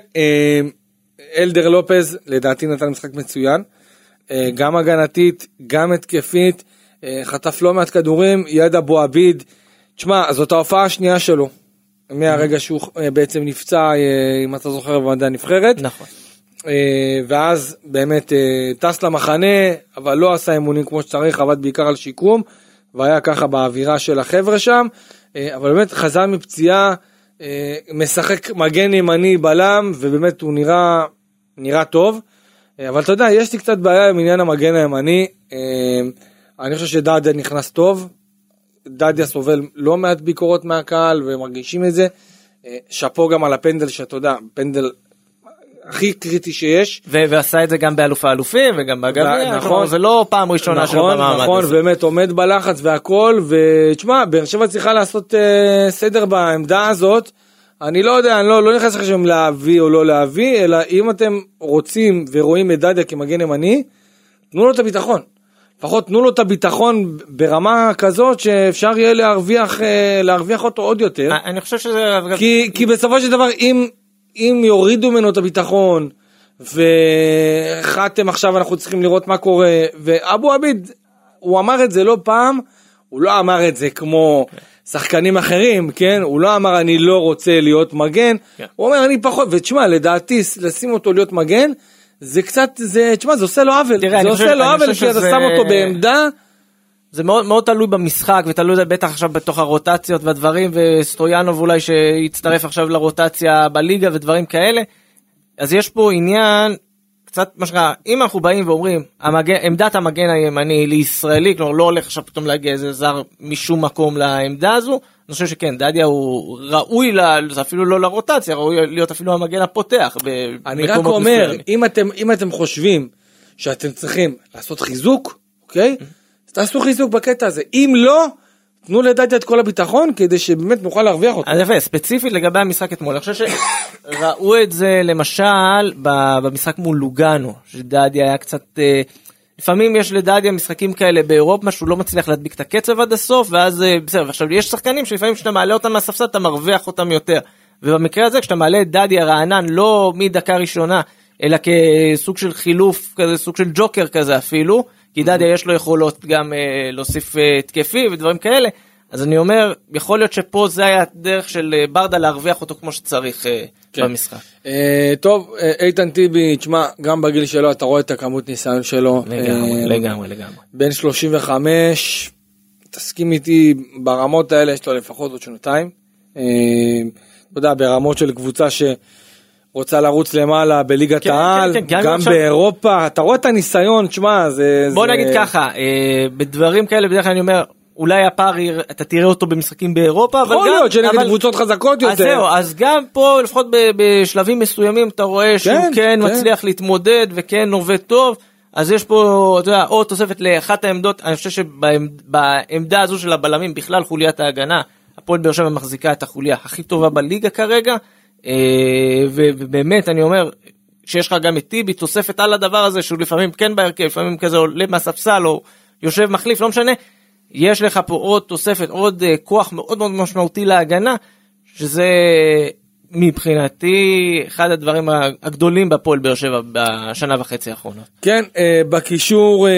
S1: אלדר לופז, לדעתי נתן משחק מצוין, גם הגנתית, גם התקפית, חטף לא מעט כדורים, יד אבו עביד, תשמע, זאת ההופעה השנייה שלו, מהרגע שהוא בעצם נפצע, אם אתה זוכר, במדע הנבחרת.
S3: נכון.
S1: ואז באמת טס למחנה, אבל לא עשה אימונים כמו שצריך, עבד בעיקר על שיקום, והיה ככה באווירה של החבר'ה שם, אבל באמת חזר מפציעה, משחק מגן ימני בלם, ובאמת הוא נראה טוב, אבל אתה יודע, יש לי קצת בעיה עם עניין המגן הימני, אני חושב שדדיה נכנס טוב, דדיה סובל לא מעט ביקורות מהקהל, ומרגישים את זה, שפו גם על הפנדל שאתה יודע, פנדל הכי קריטי שיש.
S3: ועשה את זה גם באלוף האלופים, וגם בגביע, נכון, זה לא פעם ראשונה שלו במעמד.
S1: נכון, באמת עומד בלחץ והכל, ותשמע, באר שבע צריכה לעשות סדר בעמדה הזאת, אני לא יודע, אני לא נכנס לכם להביא או לא להביא, אלא אם אתם רוצים ורואים את דדיה כמגן ימני, תנו לו את הביטחון. לפחות תנו לו את הביטחון ברמה כזאת שאפשר יהיה להרוויח אותו עוד יותר.
S3: אני חושב שזה...
S1: כי בסופו של דבר, אם יורידו ממנו את הביטחון, וחתם עכשיו אנחנו צריכים לראות מה קורה, ואבו עביד, הוא אמר את זה לא פעם, הוא לא אמר את זה כמו שחקנים אחרים, כן? הוא לא אמר אני לא רוצה להיות מגן, הוא אומר אני פחות, ותשמע, לדעתי, לשים אותו להיות מגן, זה קצת, תשמע, זה עושה לו עוול, זה עושה לו עוול, כי אתה שם אותו בעמדה,
S3: זה מאוד, מאוד תלוי במשחק, ותלוי בטח עכשיו בתוך הרוטציות והדברים, וסטויאנוב אולי שיצטרף עכשיו לרוטציה בליגה ודברים כאלה, אז יש פה עניין, קצת משהו, אם אנחנו באים ואומרים, עמדת המגן הימני לישראלי, כלומר לא הולך עכשיו פתאום להגיע איזה זר משום מקום לעמדה הזו, אני חושב שכן, דדיה הוא ראוי, אפילו לא לרוטציה, ראוי להיות אפילו המגן הפותח.
S1: אני רק אומר, אם אתם חושבים שאתם צריכים לעשות חיזוק, אוקיי? תעשו חיזוק בקטע הזה, אם לא, תנו לדדיה את כל הביטחון, כדי שבאמת נוכל להרוויח אותו.
S3: אז יפה, ספציפית לגבי המשחק אתמול, אני חושב שראו את זה למשל, במשחק מול לוגאנו, שדדיה היה קצת, לפעמים יש לדדיה משחקים כאלה באירופה, שהוא לא מצליח להדביק את הקצב עד הסוף, ואז בסדר, ועכשיו יש שחקנים שלפעמים כשאתה מעלה אותם מהספסל, אתה מרוויח אותם יותר, ובמקרה הזה כשאתה מעלה את דדיה רענן, לא מדקה ראשונה, אלא כסוג של חילוף, כזה סוג של ג'וקר כזה אפילו, כי דדיה יש לו יכולות גם להוסיף תקפי ודברים כאלה, אז אני אומר, יכול להיות שפה זה היה דרך של ברדה להרוויח אותו כמו שצריך במשחק.
S1: טוב, איתן טיבי, תשמע, גם בגיל שלו אתה רואה את הכמות ניסיון שלו.
S3: לגמרי.
S1: בין 35, תסכים איתי, ברמות האלה יש לו לפחות עוד שנתיים. אתה יודע, ברמות של קבוצה רוצה לרוץ למעלה בליגת העל, גם באירופה, אתה רואה את הניסיון, תשמע, זה...
S3: בוא נגיד ככה, בדברים כאלה, בדרך כלל אני אומר, אולי הפער, אתה תראה אותו במשחקים באירופה, אבל גם...
S1: יכול להיות שנגד קבוצות חזקות יותר.
S3: אז זהו, אז גם פה, לפחות בשלבים מסוימים, אתה רואה שהוא כן מצליח להתמודד, וכן עובד טוב, אז יש פה, אתה יודע, עוד תוספת לאחת העמדות, אני חושב שבעמדה הזו של הבלמים, בכלל חוליית ההגנה, הפועל באר שבע מחזיקה את החוליה הכי טובה בליגה כרגע, ובאמת אני אומר שיש לך גם את טיבי תוספת על הדבר הזה שהוא לפעמים כן בהרכב, לפעמים כזה עולה מהספסל או יושב מחליף, לא משנה, יש לך פה עוד תוספת, עוד כוח מאוד מאוד משמעותי להגנה, שזה מבחינתי אחד הדברים הגדולים בפועל באר שבע בשנה וחצי האחרונות.
S1: כן, בקישור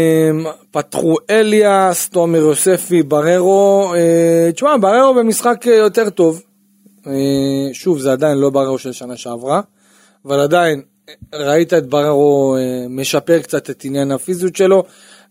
S1: פתחו אליאס, תומר יוספי, בררו. תשמע, בררו במשחק יותר טוב. שוב, זה עדיין לא בררו של שנה שעברה, אבל עדיין ראית את בררו משפר קצת את עניין הפיזיות שלו,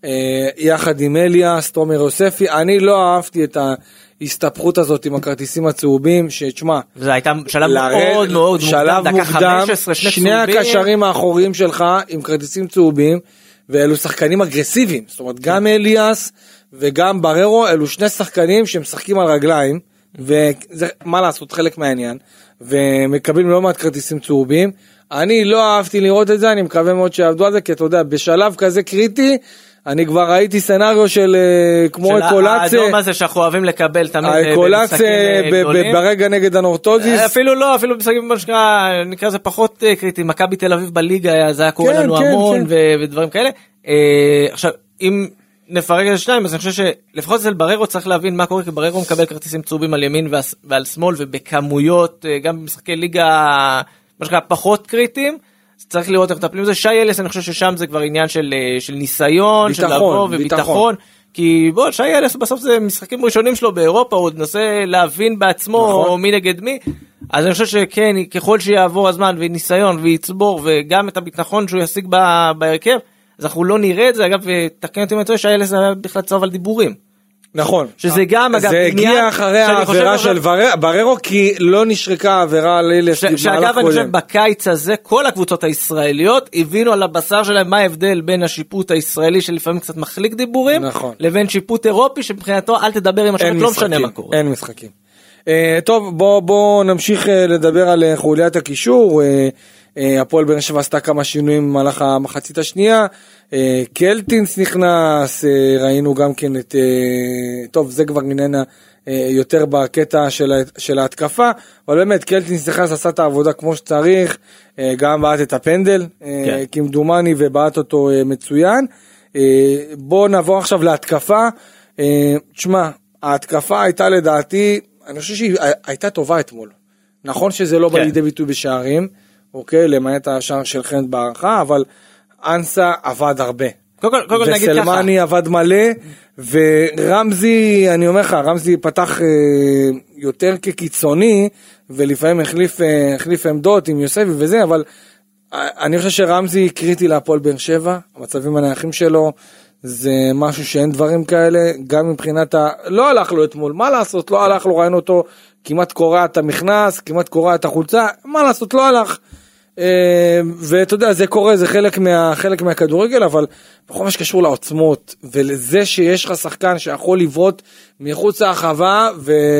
S1: יחד עם אליאס, תומר יוספי. אני לא אהבתי את ההסתפחות הזאת עם הכרטיסים הצהובים, שתשמע,
S3: זה הייתה שלב מאוד מאוד מוקדם, דקה 15,
S1: שני הקשרים האחוריים שלך עם כרטיסים צהובים, ואלו שחקנים אגרסיביים, זאת אומרת גם אליאס וגם בררו, אלו שני שחקנים שמשחקים על רגליים, וזה מה לעשות, חלק מהעניין, ומקבלים לא מעט כרטיסים צהובים. אני לא אהבתי לראות את זה, אני מקווה מאוד שיעבדו על זה, כי אתה יודע, בשלב כזה קריטי, אני כבר ראיתי סצנריו של כמו אקולציה.
S3: האדום הזה שאנחנו אוהבים לקבל תמיד.
S1: אקולציה ברגע נגד הנורטוזיס.
S3: אפילו לא, אפילו משחקים נקרא זה פחות קריטי, מכבי תל אביב בליגה, זה היה קורה לנו המון ודברים כאלה. עכשיו, אם נפרק את השניים, אז אני חושב שלפחות אצל בררו צריך להבין מה קורה, כי בררו מקבל כרטיסים צהובים על ימין ועל שמאל, ובכמויות, גם במשחקי ליגה, מה שקרה, פחות קריטיים, צריך לראות איך טפלים בזה. שי אליאס, אני חושב ששם זה כבר עניין של ניסיון, של לבוא וביטחון, כי בוא, שי אליאס בסוף זה משחקים ראשונים שלו באירופה, הוא מנסה להבין בעצמו מי נגד מי, אז אני חושב שכן, ככל שיעבור הזמן וניסיון ויצבור, וגם את הביטחון שהוא ישיג בהרכב, אז אנחנו לא נראה את זה. אגב, תקן אותי מצוי, שי אליאס היה בכלל צהוב על דיבורים.
S1: נכון.
S3: שזה גם, אגב,
S1: זה הגיע אחרי העבירה של בררו, כי לא נשרקה העבירה על אליאס.
S3: שאגב, אני חושב, בקיץ הזה, כל הקבוצות הישראליות הבינו על הבשר שלהם מה ההבדל בין השיפוט הישראלי, שלפעמים קצת מחליק דיבורים, לבין שיפוט אירופי, שמבחינתו אל תדבר עם השופט, לא משנה מה קורה.
S1: אין משחקים. טוב, בוא נמשיך לדבר על חוליית הקישור. הפועל באר שבע עשתה כמה שינויים במהלך המחצית השנייה, קלטינס נכנס, ראינו גם כן את, טוב זה כבר איננה יותר בקטע של ההתקפה, אבל באמת קלטינס נכנס, עשה את העבודה כמו שצריך, גם בעט את הפנדל, כמדומני, ובעט אותו מצוין. בוא נעבור עכשיו להתקפה. תשמע, ההתקפה הייתה לדעתי, אני חושב שהיא הייתה טובה אתמול, נכון שזה לא בא לידי ביטוי בשערים, אוקיי, למעט השער של חנד בערכה, אבל אנסה עבד הרבה. וסלמני עבד מלא, ורמזי, אני אומר לך, רמזי פתח יותר כקיצוני, ולפעמים החליף עמדות עם יוספי וזה, אבל אני חושב שרמזי קריטי להפועל באר שבע, המצבים הנייחים שלו, זה משהו שאין דברים כאלה, גם מבחינת לא הלך לו אתמול, מה לעשות, לא הלך לו, ראינו אותו, כמעט קורע את המכנס, כמעט קורע את החולצה, מה לעשות, לא הלך. ואתה יודע, זה קורה, זה חלק מהכדורגל, אבל בכל מה שקשור לעוצמות, ולזה שיש לך שחקן שיכול לבעוט מחוץ להרחבה,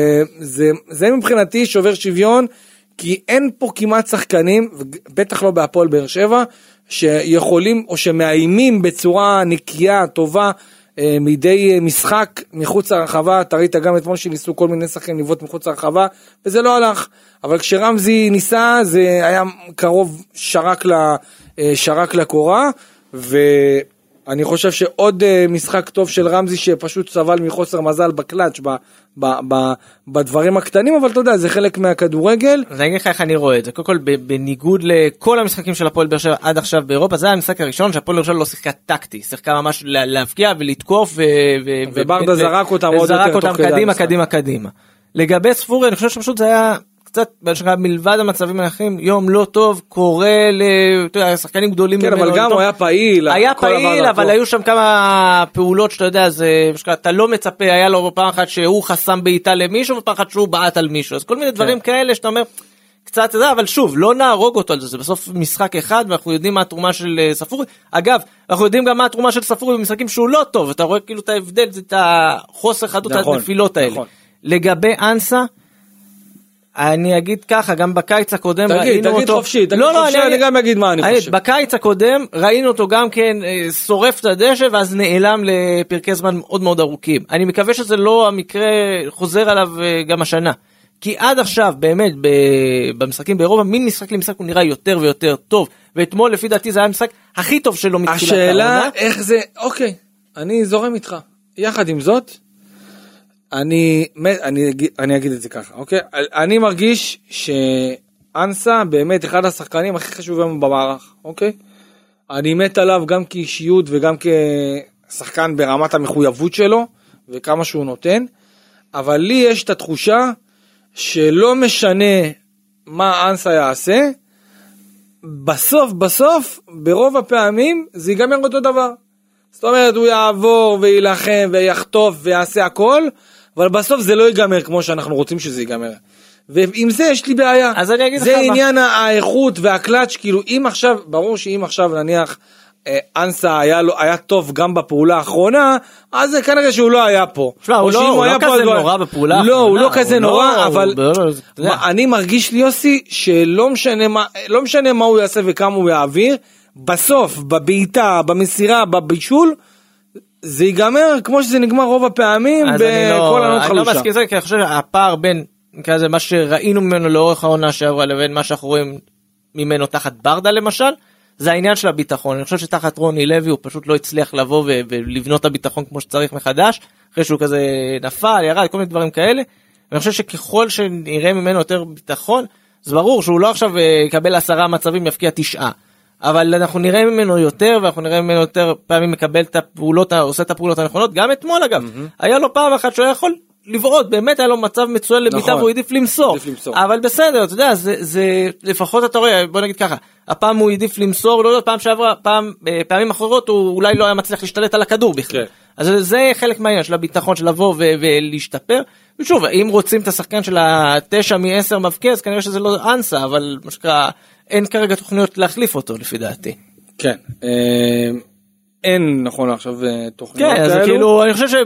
S1: וזה מבחינתי שובר שוויון, כי אין פה כמעט שחקנים, בטח לא בהפועל באר שבע, שיכולים או שמאיימים בצורה נקייה, טובה, מדי משחק מחוץ להרחבה. אתה ראית גם אתמול שניסו כל מיני שחקנים לבעוט מחוץ להרחבה, וזה לא הלך. אבל כשרמזי ניסה, זה היה קרוב שרק לקורה, ואני חושב שעוד משחק טוב של רמזי, שפשוט סבל מחוסר מזל בקלאץ' בדברים הקטנים, אבל אתה יודע, זה חלק מהכדורגל.
S3: אז אני אגיד לך איך אני רואה את זה. קודם כל, בניגוד לכל המשחקים של הפועל באר שבע עד עכשיו באירופה, זה היה המשחק הראשון שהפועל באר שבע לא שיחקה טקטי, שיחקה ממש להפקיע ולתקוף,
S1: וברדה זרק אותם עוד יותר תוך כדי.
S3: קדימה. לגבי ספורי, אני חושב שפשוט זה היה קצת, מלבד המצבים האחרים, יום לא טוב, קורא לשחקנים גדולים.
S1: כן, אבל גם הוא היה פעיל.
S3: היה פעיל, אבל היו שם כמה פעולות שאתה יודע, אתה לא מצפה, היה לו פעם אחת שהוא חסם בעיטה למישהו, ופעם אחת שהוא בעט על מישהו, אז כל מיני דברים כאלה שאתה אומר, קצת, אבל שוב, לא נהרוג אותו על זה, זה בסוף משחק אחד, ואנחנו יודעים מה התרומה של ספורי. אגב, אנחנו יודעים גם מה התרומה של ספורי במשחקים שהוא לא טוב, אתה רואה כאילו את ההבדל, זה את החוסר חדות הנפילות האלה. לגבי אנסה, אני אגיד ככה, גם בקיץ הקודם ראינו אותו...
S1: תגיד חופשי, אני גם אגיד מה אני חושב.
S3: בקיץ הקודם ראינו אותו גם כן שורף את הדשא, ואז נעלם לפרקי זמן מאוד מאוד ארוכים. אני מקווה שזה לא המקרה חוזר עליו גם השנה. כי עד עכשיו, באמת, במשחקים באירופה, מין משחק למשחק הוא נראה יותר ויותר טוב. ואתמול, לפי דעתי, זה היה המשחק הכי טוב שלו מתחילת העונה.
S1: השאלה איך זה... אוקיי, אני זורם איתך. יחד עם זאת, אני אגיד את זה ככה, אוקיי? אני מרגיש שאנסה באמת אחד השחקנים הכי חשובים במערך, אוקיי? אני מת עליו גם כאישיות וגם כשחקן ברמת המחויבות שלו, וכמה שהוא נותן, אבל לי יש את התחושה שלא משנה מה אנסה יעשה, בסוף, ברוב הפעמים, זה ייגמר אותו דבר. זאת אומרת, הוא יעבור וילחם ויחטוף ויעשה הכל, אבל בסוף זה לא ייגמר כמו שאנחנו רוצים שזה ייגמר. ועם זה יש לי בעיה.
S3: אז אני אגיד לך
S1: זה עניין האיכות והקלאץ', כאילו אם עכשיו, ברור שאם עכשיו נניח אנסה היה טוב גם בפעולה האחרונה, אז זה כנראה שהוא לא היה פה.
S3: הוא לא כזה נורא בפעולה האחרונה.
S1: לא, הוא לא כזה נורא, אבל אני מרגיש לי יוסי שלא משנה מה הוא יעשה וכמה הוא יעביר, בסוף, בבעיטה, במסירה, בבישול, זה ייגמר כמו שזה נגמר רוב הפעמים בכל עונות חלושה.
S3: אני לא מסכים זה, כי אני חושב שהפער בין כזה מה שראינו ממנו לאורך העונה שעברה לבין מה שאנחנו רואים ממנו תחת ברדה למשל, זה העניין של הביטחון. אני חושב שתחת רוני לוי הוא פשוט לא הצליח לבוא ולבנות את הביטחון כמו שצריך מחדש, אחרי שהוא כזה נפל, ירד, כל מיני דברים כאלה. ואני חושב שככל שנראה ממנו יותר ביטחון, זה ברור שהוא לא עכשיו יקבל 10 מצבים, יפקיע 9. אבל אנחנו נראה ממנו יותר, ואנחנו נראה ממנו יותר פעמים מקבל את הפעולות, עושה את הפעולות הנכונות, גם אתמול אגב. היה לו פעם אחת שהוא יכול לבעוט, באמת היה לו מצב מצוין לביטה, והוא העדיף למסור. אבל בסדר, אתה יודע, זה לפחות אתה רואה, בוא נגיד ככה, הפעם הוא העדיף למסור, לא יודע, פעם שעברה, פעמים אחרות, הוא אולי לא היה מצליח להשתלט על הכדור בכלל. אז זה חלק מהעניין של הביטחון, של לבוא ולהשתפר. ושוב, אם רוצים את השחקן של 9 מ-10 מבקיע, אז כנראה שזה לא אנסה, אבל מה שקרה, אין כרגע תוכניות להחליף אותו, לפי דעתי.
S1: כן, אין נכון עכשיו תוכניות כאלו.
S3: כן, אז כאילו, אני חושב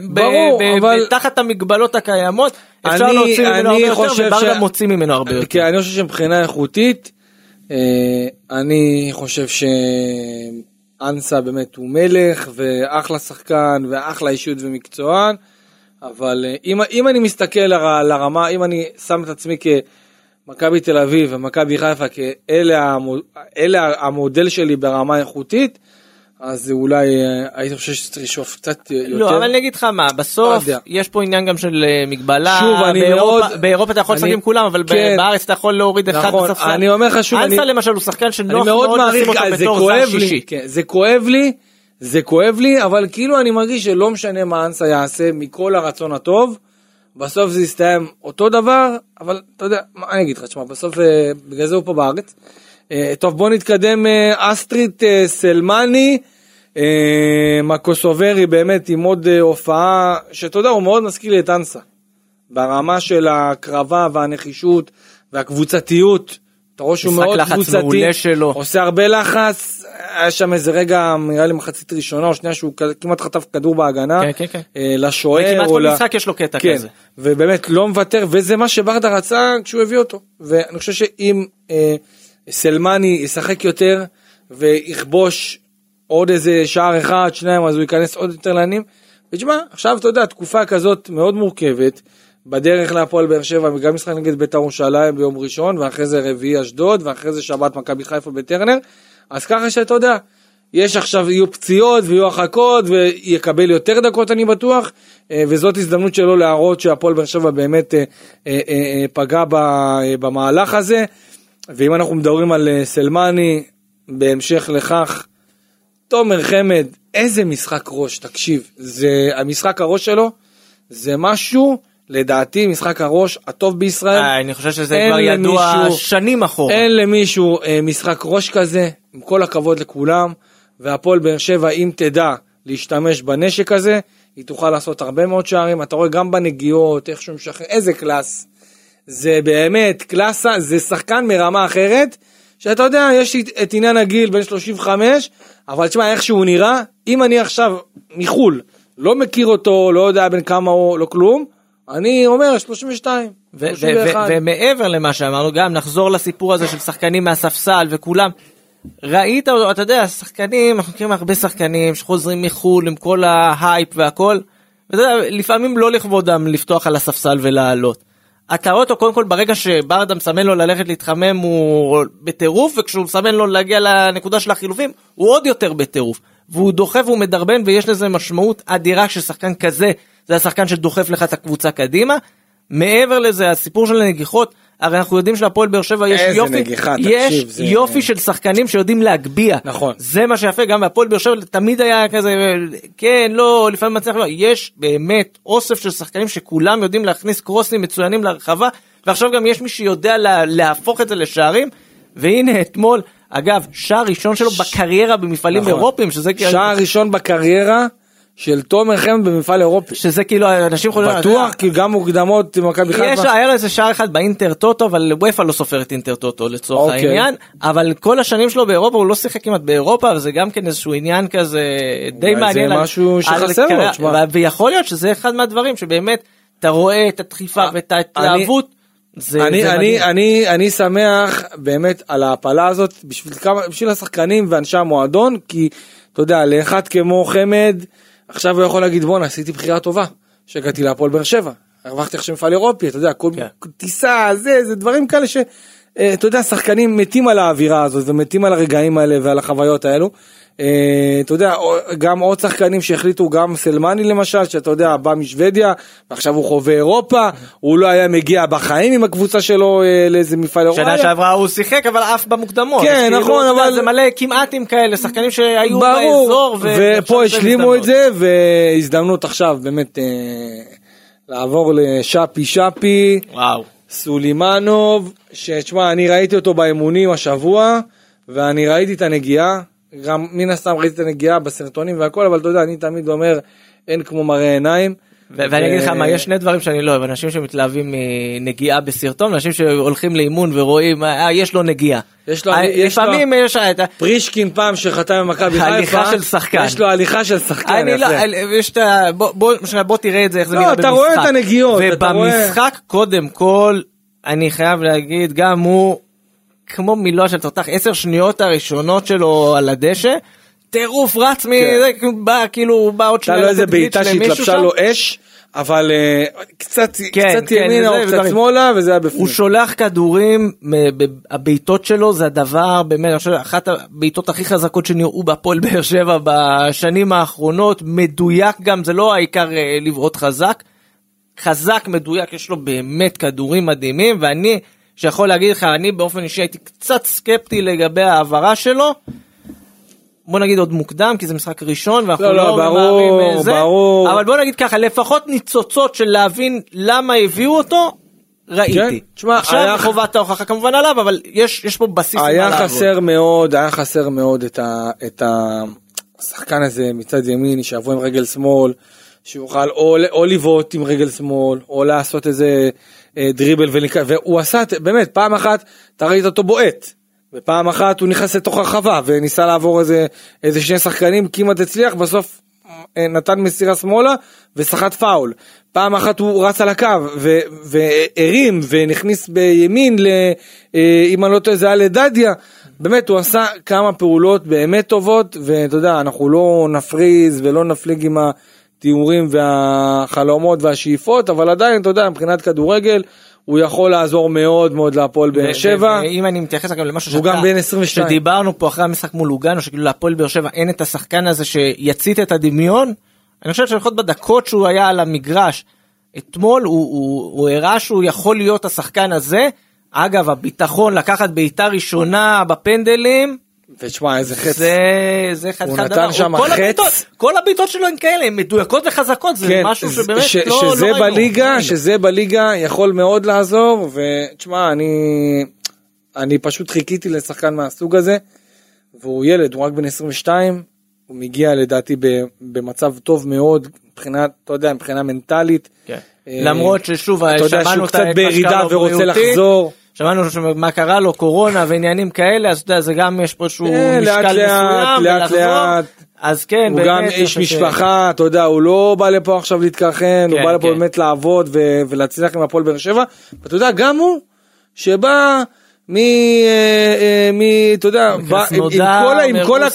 S3: שבתחת המגבלות הקיימות, אפשר להוציא ממנו הרבה יותר, וברדה מוציא ממנו הרבה יותר.
S1: כן, אני חושב שמבחינה איכותית, אני חושב שאנסה באמת הוא מלך, ואחלה שחקן, ואחלה אישיות ומקצוען, אבל אם אני מסתכל על הרמה, אם אני שם את עצמי מכבי תל אביב ומכבי חיפה כאלה המודל שלי ברמה איכותית, אז אולי הייתי חושב שצריך לשאוף קצת יותר.
S3: לא, אבל אני אגיד לך מה, בסוף יש פה עניין גם של מגבלה,
S1: שוב, אני מאוד...
S3: באירופה אתה יכול לשחק עם כולם, אבל בארץ אתה יכול להוריד אחד בספסל.
S1: אני אומר לך שוב,
S3: אנסה למשל הוא שחקן שנוח מאוד לשים אותו בתור זר שישי.
S1: זה כואב לי, אבל כאילו אני מרגיש שלא משנה מה אנסה יעשה מכל הרצון הטוב, בסוף זה יסתיים אותו דבר, אבל אתה יודע, מה אני אגיד לך, תשמע, בסוף בגלל זה הוא פה בארץ. טוב, בוא נתקדם. אסטרית סלמני, מקוסוברי, באמת עם עוד הופעה, שאתה יודע, הוא מאוד מזכיר לי את אנסה, ברמה של הקרבה והנחישות והקבוצתיות. אתה רואה שהוא מאוד קבוצתי, עושה הרבה לחץ. היה שם איזה רגע, נראה לי מחצית ראשונה או שנייה, שהוא כמעט חטף כדור בהגנה, לשוער.
S3: כמעט כל משחק יש לו קטע כזה.
S1: ובאמת לא מוותר, וזה מה שברדה רצה כשהוא הביא אותו. ואני חושב שאם סלמני ישחק יותר, ויכבוש עוד איזה שער אחד, שניים, אז הוא ייכנס עוד יותר לעניינים. ותשמע, עכשיו אתה יודע, תקופה כזאת מאוד מורכבת, בדרך להפועל באר שבע, וגם משחק נגד בית"ר ירושלים ביום ראשון, ואחרי זה רביעי אשדוד, ואחרי זה שבת מכבי חיפה בטרנר. אז ככה שאתה יודע, יש עכשיו, יהיו פציעות ויהיו החכות, ויקבל יותר דקות אני בטוח, וזאת הזדמנות שלו להראות שהפועל באר שבע באמת פגע במהלך הזה. ואם אנחנו מדברים על סלמני, בהמשך לכך, תומר חמד, איזה משחק ראש, תקשיב, זה המשחק הראש שלו, זה משהו, לדעתי משחק הראש הטוב בישראל.
S3: אני חושב שזה כבר ידוע שנים אחורה.
S1: אין למישהו משחק ראש כזה, עם כל הכבוד לכולם, והפועל באר שבע, אם תדע להשתמש בנשק הזה, היא תוכל לעשות הרבה מאוד שערים. אתה רואה גם בנגיעות, איך שהוא משחרר, איזה קלאס. זה באמת קלאסה, זה שחקן מרמה אחרת, שאתה יודע, יש את עניין הגיל בין 35, אבל תשמע, איך שהוא נראה, אם אני עכשיו מחול, לא מכיר אותו, לא יודע בין כמה הוא, לא כלום, אני אומר 32, 31.
S3: ומעבר למה שאמרנו, גם נחזור לסיפור הזה של שחקנים מהספסל וכולם, ראית, אתה יודע, שחקנים, אנחנו מכירים הרבה שחקנים שחוזרים מחול עם כל ההייפ והכל, ואתה יודע, לפעמים לא לכבודם לפתוח על הספסל ולעלות. אתה רואה אותו קודם כל ברגע שברדה מסמן לו ללכת להתחמם הוא בטירוף, וכשהוא מסמן לו להגיע לנקודה של החילופים הוא עוד יותר בטירוף, והוא דוחף והוא מדרבן, ויש לזה משמעות אדירה כששחקן כזה זה השחקן שדוחף לך את הקבוצה קדימה. מעבר לזה, הסיפור של הנגיחות, הרי אנחנו יודעים שלהפועל באר שבע יש יופי של שחקנים שיודעים להגביע.
S1: נכון.
S3: זה מה שיפה, גם בהפועל באר שבע תמיד היה כזה, כן, לא, לפעמים מצליח, לא. יש באמת אוסף של שחקנים שכולם יודעים להכניס קרוסים מצוינים לרחבה, ועכשיו גם יש מי שיודע להפוך את זה לשערים, והנה אתמול, אגב, שער ראשון שלו בקריירה במפעלים אירופיים, שזה
S1: שער ראשון בקריירה, של תומר חמד במפעל אירופי.
S3: שזה כאילו, אנשים חושבים...
S1: בטוח, כאילו גם מוקדמות עם מכבי חיפה.
S3: היה לו איזה שער אחד באינטר טוטו, אבל וופא לא סופר את אינטר טוטו לצורך העניין, אבל כל השנים שלו באירופה, הוא לא שיחק כמעט באירופה, וזה גם כן איזשהו עניין כזה די מעניין.
S1: זה משהו שחסר לו, תשמע.
S3: ויכול להיות שזה אחד מהדברים, שבאמת אתה רואה את הדחיפה ואת ההתלהבות,
S1: אני שמח באמת על ההפלה הזאת, בשביל השחקנים ואנשי המועדון, כי אתה יודע, לאחד כמו חמד, עכשיו הוא יכול להגיד, בוא, עשיתי בחירה טובה, שהגעתי להפועל באר שבע, הרווחתי עכשיו מפעל אירופי, אתה יודע, כל טיסה, זה דברים כאלה אתה יודע, שחקנים מתים על האווירה הזאת, ומתים על הרגעים האלה ועל החוויות האלו, אתה יודע, גם עוד שחקנים שהחליטו, גם סלמני למשל, שאתה יודע, בא משוודיה, ועכשיו הוא חווה אירופה, הוא לא היה מגיע בחיים עם הקבוצה שלו לאיזה מפעל אירופה.
S3: שנה שעברה הוא שיחק, אבל אף במוקדמות.
S1: כן, נכון, אבל...
S3: זה מלא כמעטים כאלה, שחקנים שהיו באזור.
S1: ופה השלימו את זה, והזדמנות עכשיו באמת לעבור לשאפי,
S3: וואו.
S1: סולימנוב, שתשמע, אני ראיתי אותו באימונים השבוע, ואני ראיתי את הנגיעה, גם מן הסתם ראיתי את הנגיעה בסרטונים והכל, אבל אתה יודע, אני תמיד אומר, אין כמו מראה עיניים.
S3: ואני אגיד לך מה, יש שני דברים שאני לא אוהב, אנשים שמתלהבים מנגיעה בסרטון, אנשים שהולכים לאימון ורואים, יש לו נגיעה. לפעמים יש...
S1: פרישקין פעם שחתם במכבי חיפה,
S3: הליכה של שחקן.
S1: יש לו הליכה של שחקן.
S3: בוא תראה את זה, איך זה נראה במשחק.
S1: אתה רואה את הנגיעות.
S3: ובמשחק, קודם כל, אני חייב להגיד, גם הוא, כמו מילוא של תותח, 10 שניות הראשונות שלו על הדשא, טירוף רץ בא כאילו, בא עוד
S1: שניה. אתה לא איזה בעיטה שהתלבשה לו אש, אבל קצת ימינה או קצת שמאלה, וזה היה בפנים.
S3: הוא שולח כדורים, הבעיטות שלו זה הדבר, באמת, אחת הבעיטות הכי חזקות שנראו בהפועל באר שבע בשנים האחרונות, מדויק גם, זה לא העיקר לבעוט חזק, מדויק, יש לו באמת כדורים מדהימים, ואני, שיכול להגיד לך, אני באופן אישי הייתי קצת סקפטי לגבי העברה שלו, בוא נגיד עוד מוקדם, כי זה משחק ראשון, ואנחנו לא ממהרים זה, אבל בוא נגיד ככה, לפחות ניצוצות של להבין למה הביאו אותו, ראיתי. עכשיו חובת ההוכחה כמובן עליו, אבל יש פה בסיס.
S1: היה חסר מאוד את השחקן הזה מצד ימין, שיבוא עם רגל שמאל, שיוכל או לבעוט עם רגל שמאל, או לעשות איזה דריבל, והוא עשה, באמת, פעם אחת, אתה ראית אותו בועט, ופעם אחת הוא נכנס לתוך הרחבה, וניסה לעבור איזה שני שחקנים, כמעט הצליח, בסוף נתן מסירה שמאלה, ושחט פאול. פעם אחת הוא רץ על הקו, והרים, ונכניס בימין, אם אני לא טועה, זה היה לדדיה, באמת, הוא עשה כמה פעולות באמת טובות, ואתה יודע, אנחנו לא נפריז, ולא נפליג עם התיאורים, והחלומות, והשאיפות, אבל עדיין, אתה יודע, מבחינת כדורגל, הוא יכול לעזור מאוד מאוד להפועל באר שבע.
S3: ואם אני מתייחס גם למשהו
S1: הוא גם בין 22.
S3: שדיברנו פה אחרי המשחק מול לוגאנו, שכאילו להפועל באר שבע אין את השחקן הזה שיצית את הדמיון, אני חושב שלפחות בדקות שהוא היה על המגרש, אתמול הוא הראה שהוא יכול להיות השחקן הזה, אגב הביטחון לקחת בעיטה ראשונה בפנדלים,
S1: ותשמע איזה חץ,
S3: זה חד
S1: הוא
S3: חד
S1: נתן שם חץ,
S3: כל הבעיטות שלו הן כאלה, הן מדויקות וחזקות, זה משהו שבאמת לא ראינו.
S1: שזה בליגה יכול מאוד לעזור, ותשמע אני פשוט חיכיתי לשחקן מהסוג הזה, והוא ילד, הוא רק בן 22, הוא מגיע לדעתי במצב טוב מאוד, מבחינת, אתה יודע, מבחינה מנטלית,
S3: למרות ששוב,
S1: שמענו קצת בירידה ורוצה לחזור,
S3: שמענו מה קרה לו, קורונה ועניינים כאלה, אז אתה יודע, זה גם יש פה איזשהו משקל מסוים,
S1: לאט,
S3: אז כן,
S1: הוא גם איש משפחה, אתה יודע, הוא לא בא לפה עכשיו להתקרחן, הוא בא לפה באמת לעבוד ולהצליח עם הפועל באר שבע, ואתה יודע, גם הוא, שבא אתה יודע,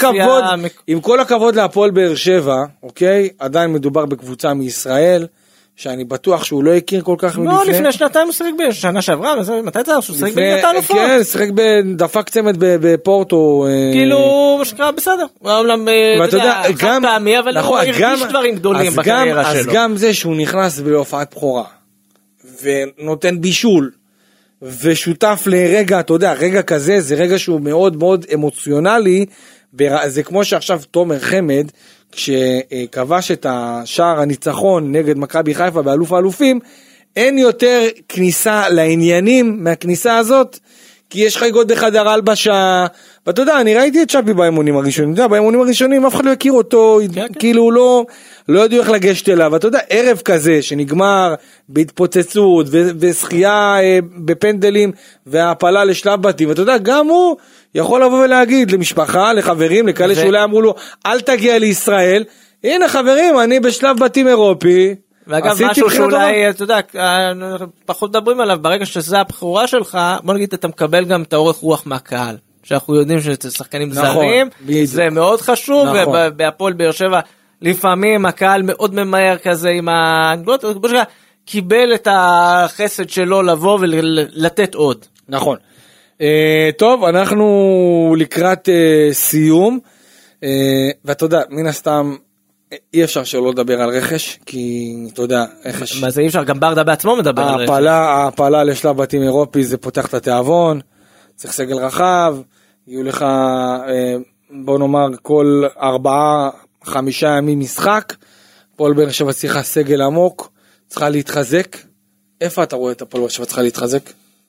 S1: עם כל הכבוד להפועל באר שבע, אוקיי, עדיין מדובר בקבוצה מישראל, שאני בטוח שהוא לא הכיר כל כך
S3: לא, לפני שנתיים הוא שיחק בשנה שעברה, מתי זה? הוא שיחק בליגת האלופות?
S1: כן, שיחק דפק צמד בפורטו.
S3: כאילו, משקרה בסדר. אומנם, אתה יודע, חד פעמי, אבל הוא הרגיש דברים גדולים בקריירה שלו.
S1: אז גם זה שהוא נכנס בהופעת בכורה, ונותן בישול, ושותף לרגע, אתה יודע, רגע כזה, זה רגע שהוא מאוד מאוד אמוציונלי, זה כמו שעכשיו תומר חמד, כשכבש את השער הניצחון נגד מכבי חיפה באלוף האלופים, אין יותר כניסה לעניינים מהכניסה הזאת, כי יש חגיגות בחדר הלבשה, ואתה יודע, אני ראיתי את שפי באימונים הראשונים, באימונים הראשונים אף אחד לא הכיר אותו, כאילו לא יודעו איך לגשת אליו, ואתה יודע, ערב כזה שנגמר בהתפוצצות ושחייה בפנדלים והפלה לשלב בתים, ואתה יודע, גם הוא יכול לבוא ולהגיד למשפחה, לחברים, לכאלה שאולי אמרו לו, אל תגיע לישראל, הנה חברים, אני בשלב בתים אירופי,
S3: ואגב, משהו שאולי, אתה יודע, פחות מדברים עליו, ברגע שזה הבחורה שלך, בוא נגיד, אתה מקבל גם את האורך רוח מהקהל, שאנחנו יודעים שזה שחקנים זרים, זה מאוד חשוב, ובהפועל באר שבע, לפעמים הקהל מאוד ממהר כזה עם האנגלות, קיבל את החסד שלו לבוא ולתת עוד.
S1: נכון. טוב, אנחנו לקראת סיום, ואתה יודע, מן הסתם, אי אפשר שלא לדבר על רכש, כי אתה יודע, רכש...
S3: מה זה אי אפשר? גם ברדה בעצמו מדבר על רכש.
S1: ההפלה לשלב בתים אירופי, זה פותח את התיאבון, צריך סגל רחב, יהיו לך, בוא נאמר, כל 4-5 ימים משחק, הפועל באר שבע צריכה סגל עמוק, צריכה להתחזק. איפה אתה רואה את הפועל באר שבע צריכה להתחזק?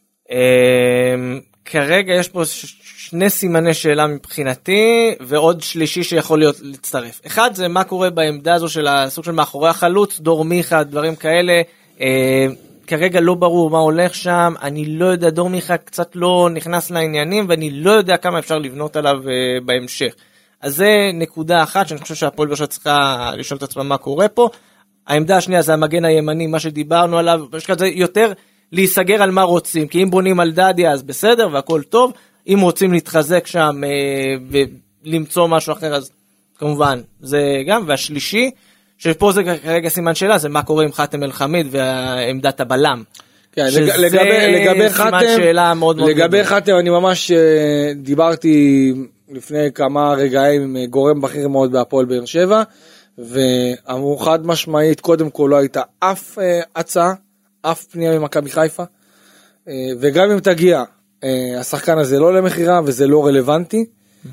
S3: כרגע יש פה שני סימני שאלה מבחינתי, ועוד שלישי שיכול להיות להצטרף. אחד זה מה קורה בעמדה הזו של הסוג של מאחורי החלוץ, דור מיכה, דברים כאלה, כרגע לא ברור מה הולך שם, אני לא יודע, דור מיכה קצת לא נכנס לעניינים, ואני לא יודע כמה אפשר לבנות עליו בהמשך. אז זה נקודה אחת, שאני חושב שהפועל באר שבע צריכה לשאול את עצמה מה קורה פה. העמדה השנייה זה המגן הימני, מה שדיברנו עליו, זה יותר להיסגר על מה רוצים, כי אם בונים על דדיה אז בסדר והכל טוב, אם רוצים להתחזק שם ולמצוא משהו אחר אז כמובן זה גם, והשלישי שפה זה כרגע סימן שאלה, זה מה קורה עם חתם אל חמיד ועמדת הבלם.
S1: כן, לגבי חתם אני ממש דיברתי לפני כמה רגעים עם גורם בכיר מאוד בהפועל באר שבע, ואמרו חד משמעית, קודם כל לא הייתה אף הצעה, אף פנייה ממכבי חיפה, וגם אם תגיע, השחקן הזה לא למחירה וזה לא רלוונטי,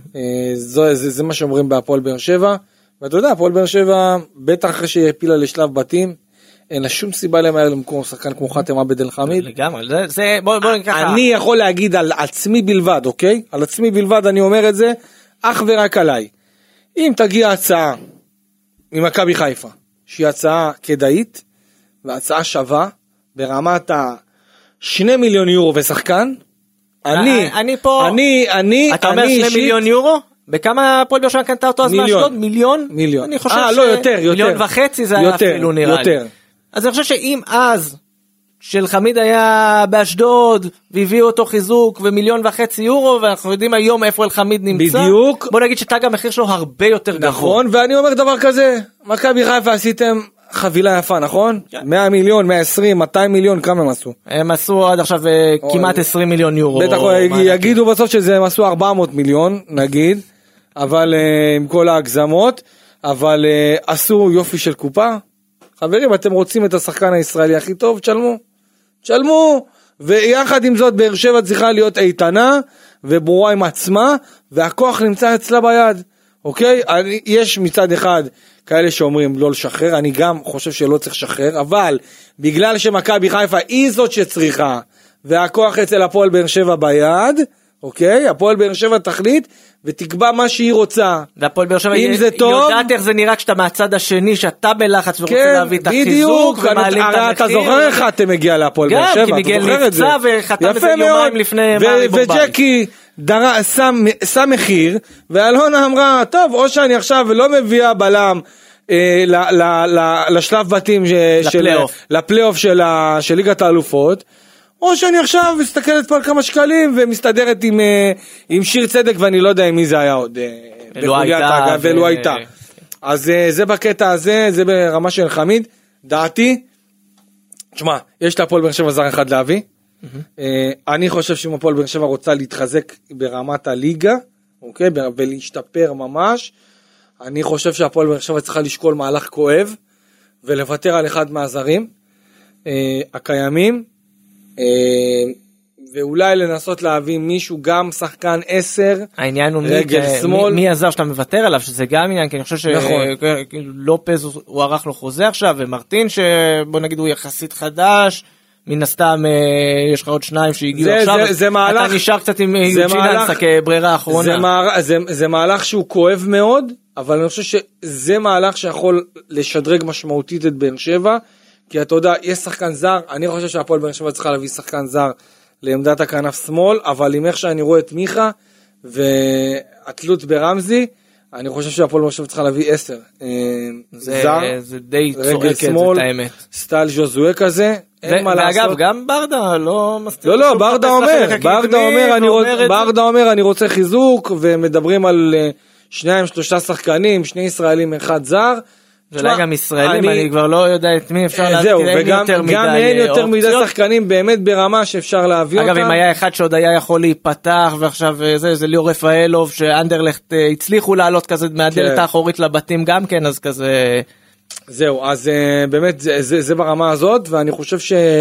S1: זה מה שאומרים בהפועל באר שבע, ואתה יודע, הפועל באר שבע, בטח אחרי שהפילה לשלב בתים, אין לה שום סיבה למהר למכור שחקן כמו חתם עבד אל חמיד.
S3: לגמרי, זה, בוא ניקח.
S1: אני יכול להגיד על עצמי בלבד, אוקיי? על עצמי בלבד אני אומר את זה, אך ורק עליי. אם תגיע הצעה ממכבי חיפה, שהיא הצעה כדאית, והצעה שווה, ברמת 2 מיליון יורו ושחקן,
S3: אני פה, אתה אומר 2 מיליון יורו? בכמה הפועל באר שבע קנתה אותו אז מאשדוד? מיליון?
S1: מיליון.
S3: אני חושב
S1: לא, יותר.
S3: 1.5 מיליון זה היה אפילו נראה לי. אז אני חושב שאם אז של חמיד היה באשדוד והביאו אותו חיזוק ו1.5 מיליון יורו, ואנחנו יודעים היום איפה אל חמיד נמצא,
S1: בדיוק.
S3: בוא נגיד שתג המחיר שלו הרבה יותר גבוה.
S1: נכון, ואני אומר דבר כזה, מכבי חיפה עשיתם חבילה יפה, נכון? 100 מיליון, 120, 200 מיליון, כמה הם עשו?
S3: הם עשו עד עכשיו כמעט 20 מיליון יורו.
S1: בטח יגידו בסוף שזה הם עשו 400 מיליון, נגיד, אבל עם כל ההגזמות, אבל עשו יופי של קופה. חברים, אתם רוצים את השחקן הישראלי הכי טוב, תשלמו, ויחד עם זאת באר שבע צריכה להיות איתנה וברורה עם עצמה, והכוח נמצא אצלה ביד, אוקיי? יש מצד אחד כאלה שאומרים לא לשחרר, אני גם חושב שלא צריך לשחרר, אבל בגלל שמכבי חיפה היא זאת שצריכה, והכוח אצל הפועל באר שבע ביד, אוקיי? הפועל באר שבע תחליט ותקבע מה שהיא רוצה.
S3: והפועל באר שבע יודעת איך זה נראה כשאתה מהצד השני, שאתה בלחץ ורוצה להביא את החיזוק ומעלים את המחיר.
S1: אתה זוכר איך אתה מגיע להפועל באר שבע,
S3: גם, כי מיגל נפצע וחתם את זה יומיים לפני מארי בומבאי.
S1: וג'קי שם מחיר, ואלונה אמרה, טוב, או שאני עכשיו לא מביאה בלם לשלב בתים, לפלייאוף של ליגת האלופות, או שאני עכשיו מסתכלת פה על כמה שקלים, ומסתדרת עם שיר צדק, ואני לא יודע עם מי זה היה עוד, ולא הייתה. אז זה בקטע הזה, זה ברמה של חמיד, דעתי, תשמע, יש להפועל באר שבע זר אחד להביא, אני חושב שאם הפועל באר שבע רוצה להתחזק ברמת הליגה, אוקיי, ולהשתפר ממש, אני חושב שהפועל באר שבע צריכה לשקול מהלך כואב, ולוותר על אחד מהזרים הקיימים, ואולי לנסות להביא מישהו, גם שחקן 10,
S3: העניין הוא
S1: רגל שמאל.
S3: מי הזר שאתה מוותר עליו, שזה גם עניין, כי אני חושב שלופז הוא ערך לו חוזה עכשיו, ומרטין שבוא נגיד הוא יחסית חדש, מן הסתם יש לך עוד שניים שהגיעו עכשיו, אתה נשאר קצת עם יוג'יננסה כברירה האחרונה.
S1: זה מהלך שהוא כואב מאוד, אבל אני חושב שזה מהלך שיכול לשדרג משמעותית את באר שבע, כי אתה יודע, יש שחקן זר, אני חושב שהפועל באר שבע צריכה להביא שחקן זר לעמדת הכנף שמאל, אבל עם איך שאני רואה את מיכה והתלות ברמזי, אני חושב שהפועל באר שבע צריכה להביא 10 זר,
S3: זה די צועקת את האמת.
S1: סטייל ז'וזואה כזה, אין מה לעשות.
S3: ואגב, גם ברדה לא מסתיר.
S1: לא, ברדה אומר, אני רוצה חיזוק, ומדברים על 2-3 שחקנים, 2 ישראלים, 1 זר.
S3: ואולי גם ישראלים, אני כבר לא יודע את מי אפשר להביא,
S1: גם אין יותר מדי שחקנים באמת ברמה שאפשר להביא אותם.
S3: אגב, אם היה אחד שעוד היה יכול להיפתח, ועכשיו זה ליאור רפאלוב, שאנדרלכט הצליחו לעלות כזה מהדלת האחורית לבתים גם כן, אז כזה...
S1: זהו, אז באמת זה ברמה הזאת, ואני חושב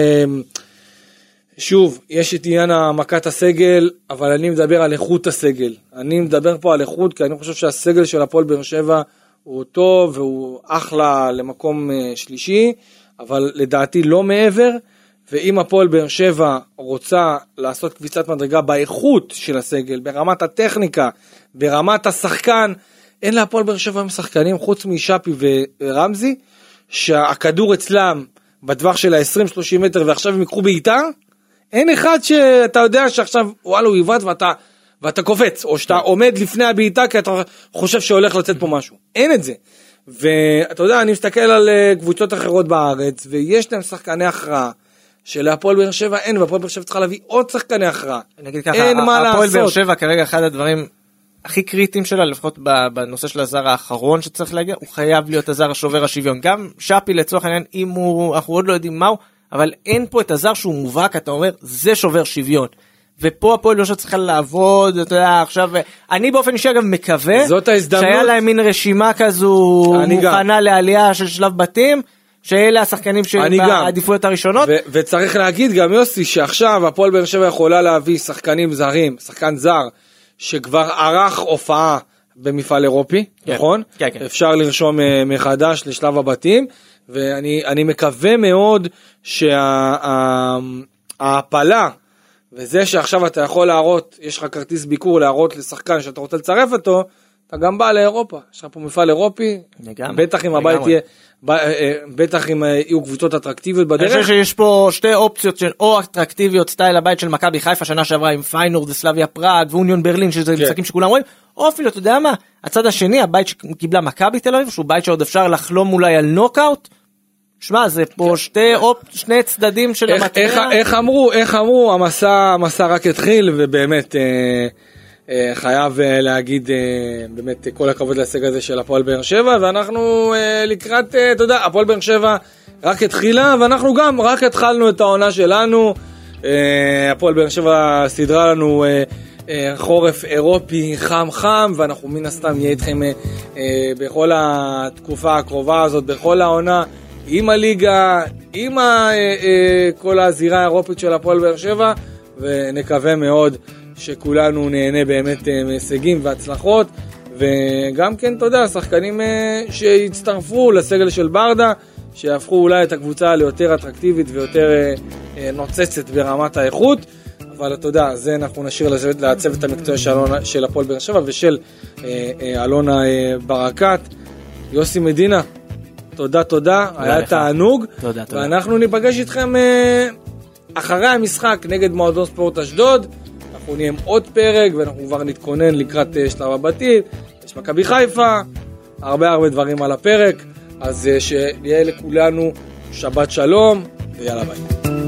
S1: שוב, יש את עניין העמקת הסגל, אבל אני מדבר על איכות הסגל. אני מדבר פה על איכות, כי אני חושב שהסגל של הפועל באר שבע הוא טוב, והוא אחלה למקום שלישי, אבל לדעתי לא מעבר, ואם הפועל באר שבע רוצה לעשות קביצת מדרגה באיכות של הסגל, ברמת הטכניקה, ברמת השחקן, אין להפועל באר שבע משחקנים, חוץ משפי ורמזי, שהכדור אצלם בטווח של ה-20-30 מטר, ועכשיו הם יקחו בעיטה, אין אחד שאתה יודע שעכשיו, וואלה, הוא יבד ואתה קופץ, או שאתה עומד לפני הבעיטה, כי אתה חושב שהולך לצאת פה משהו. אין את זה. ואתה יודע, אני מסתכל על קבוצות אחרות בארץ, ויש להם שחקני הכרעה, שלהפועל באר שבע אין, והפועל באר שבע צריכה להביא עוד שחקני הכרעה. אין מה לעשות.
S3: הפועל באר שבע כרגע אחד הדברים הכי קריטיים שלה, לפחות בנושא של הזר האחרון שצריך להגיע, הוא חייב להיות הזר השובר השוויון. גם שפי לצורך העניין, אנחנו עוד לא יודעים מהו, אבל אין פה את הזר שהוא מובהק, אתה אומר, זה שובר שוויון. ופה הפועל באר שבע צריכה לעבוד, אתה יודע, עכשיו, אני באופן אישי אגב מקווה, שהיה להם מין רשימה כזו מוכנה לעלייה של שלב בתים, שאלה השחקנים שבעדיפויות הראשונות.
S1: וצריך להגיד גם יוסי, שעכשיו הפועל באר שבע יכולה להביא שחקנים זרים, שחקן זר, שכבר ערך הופעה במפעל אירופי, נכון?
S3: כן.
S1: אפשר לרשום מחדש לשלב הבתים, ואני מקווה מאוד שההפלה, וזה שעכשיו אתה יכול להראות, יש לך כרטיס ביקור להראות לשחקן שאתה רוצה לצרף אותו, אתה גם בא לאירופה, יש לך פה מפעל אירופי, בטח אם הבית יהיה, בטח אם יהיו קבוצות אטרקטיביות בדרך.
S3: אני חושב שיש פה שתי אופציות של או אטרקטיביות סטייל הבית של מכבי חיפה שנה שעברה עם פיינורד, סלאביה פראג ואוניון ברלין, שזה משחקים שכולם רואים, או אפילו אתה יודע מה, הצד השני, הבית שקיבלה מכבי תל אביב, שהוא בית שעוד אפשר לחלום אולי על נוקאוט, שמע, זה פה שני צדדים של המטבע.
S1: איך אמרו, המסע רק התחיל, ובאמת חייב להגיד באמת כל הכבוד להישג הזה של הפועל באר שבע, ואנחנו לקראת, אתה יודע, הפועל באר שבע רק התחילה, ואנחנו גם רק התחלנו את העונה שלנו. הפועל באר שבע סדרה לנו חורף אירופי חם, ואנחנו מן הסתם נהיה איתכם בכל התקופה הקרובה הזאת, בכל העונה, עם הליגה, עם כל הזירה האירופית של הפועל באר שבע, ונקווה מאוד שכולנו נהנה באמת מהישגים והצלחות, וגם כן, אתה יודע, שחקנים שהצטרפו לסגל של ברדה, שיהפכו אולי את הקבוצה ליותר אטרקטיבית ויותר נוצצת ברמת האיכות, אבל אתה יודע, זה אנחנו נשאיר לצוות המקצועי של הפועל באר שבע ושל אלונה ברקת. יוסי מדינה, תודה, היה תענוג, ואנחנו ניפגש איתכם אחרי המשחק נגד מועדון ספורט אשדוד, אנחנו נהיה עוד פרק, ואנחנו כבר נתכונן לקראת שלב הבתים, יש מכבי חיפה, הרבה דברים על הפרק, אז שיהיה לכולנו שבת שלום, ויאללה ביי.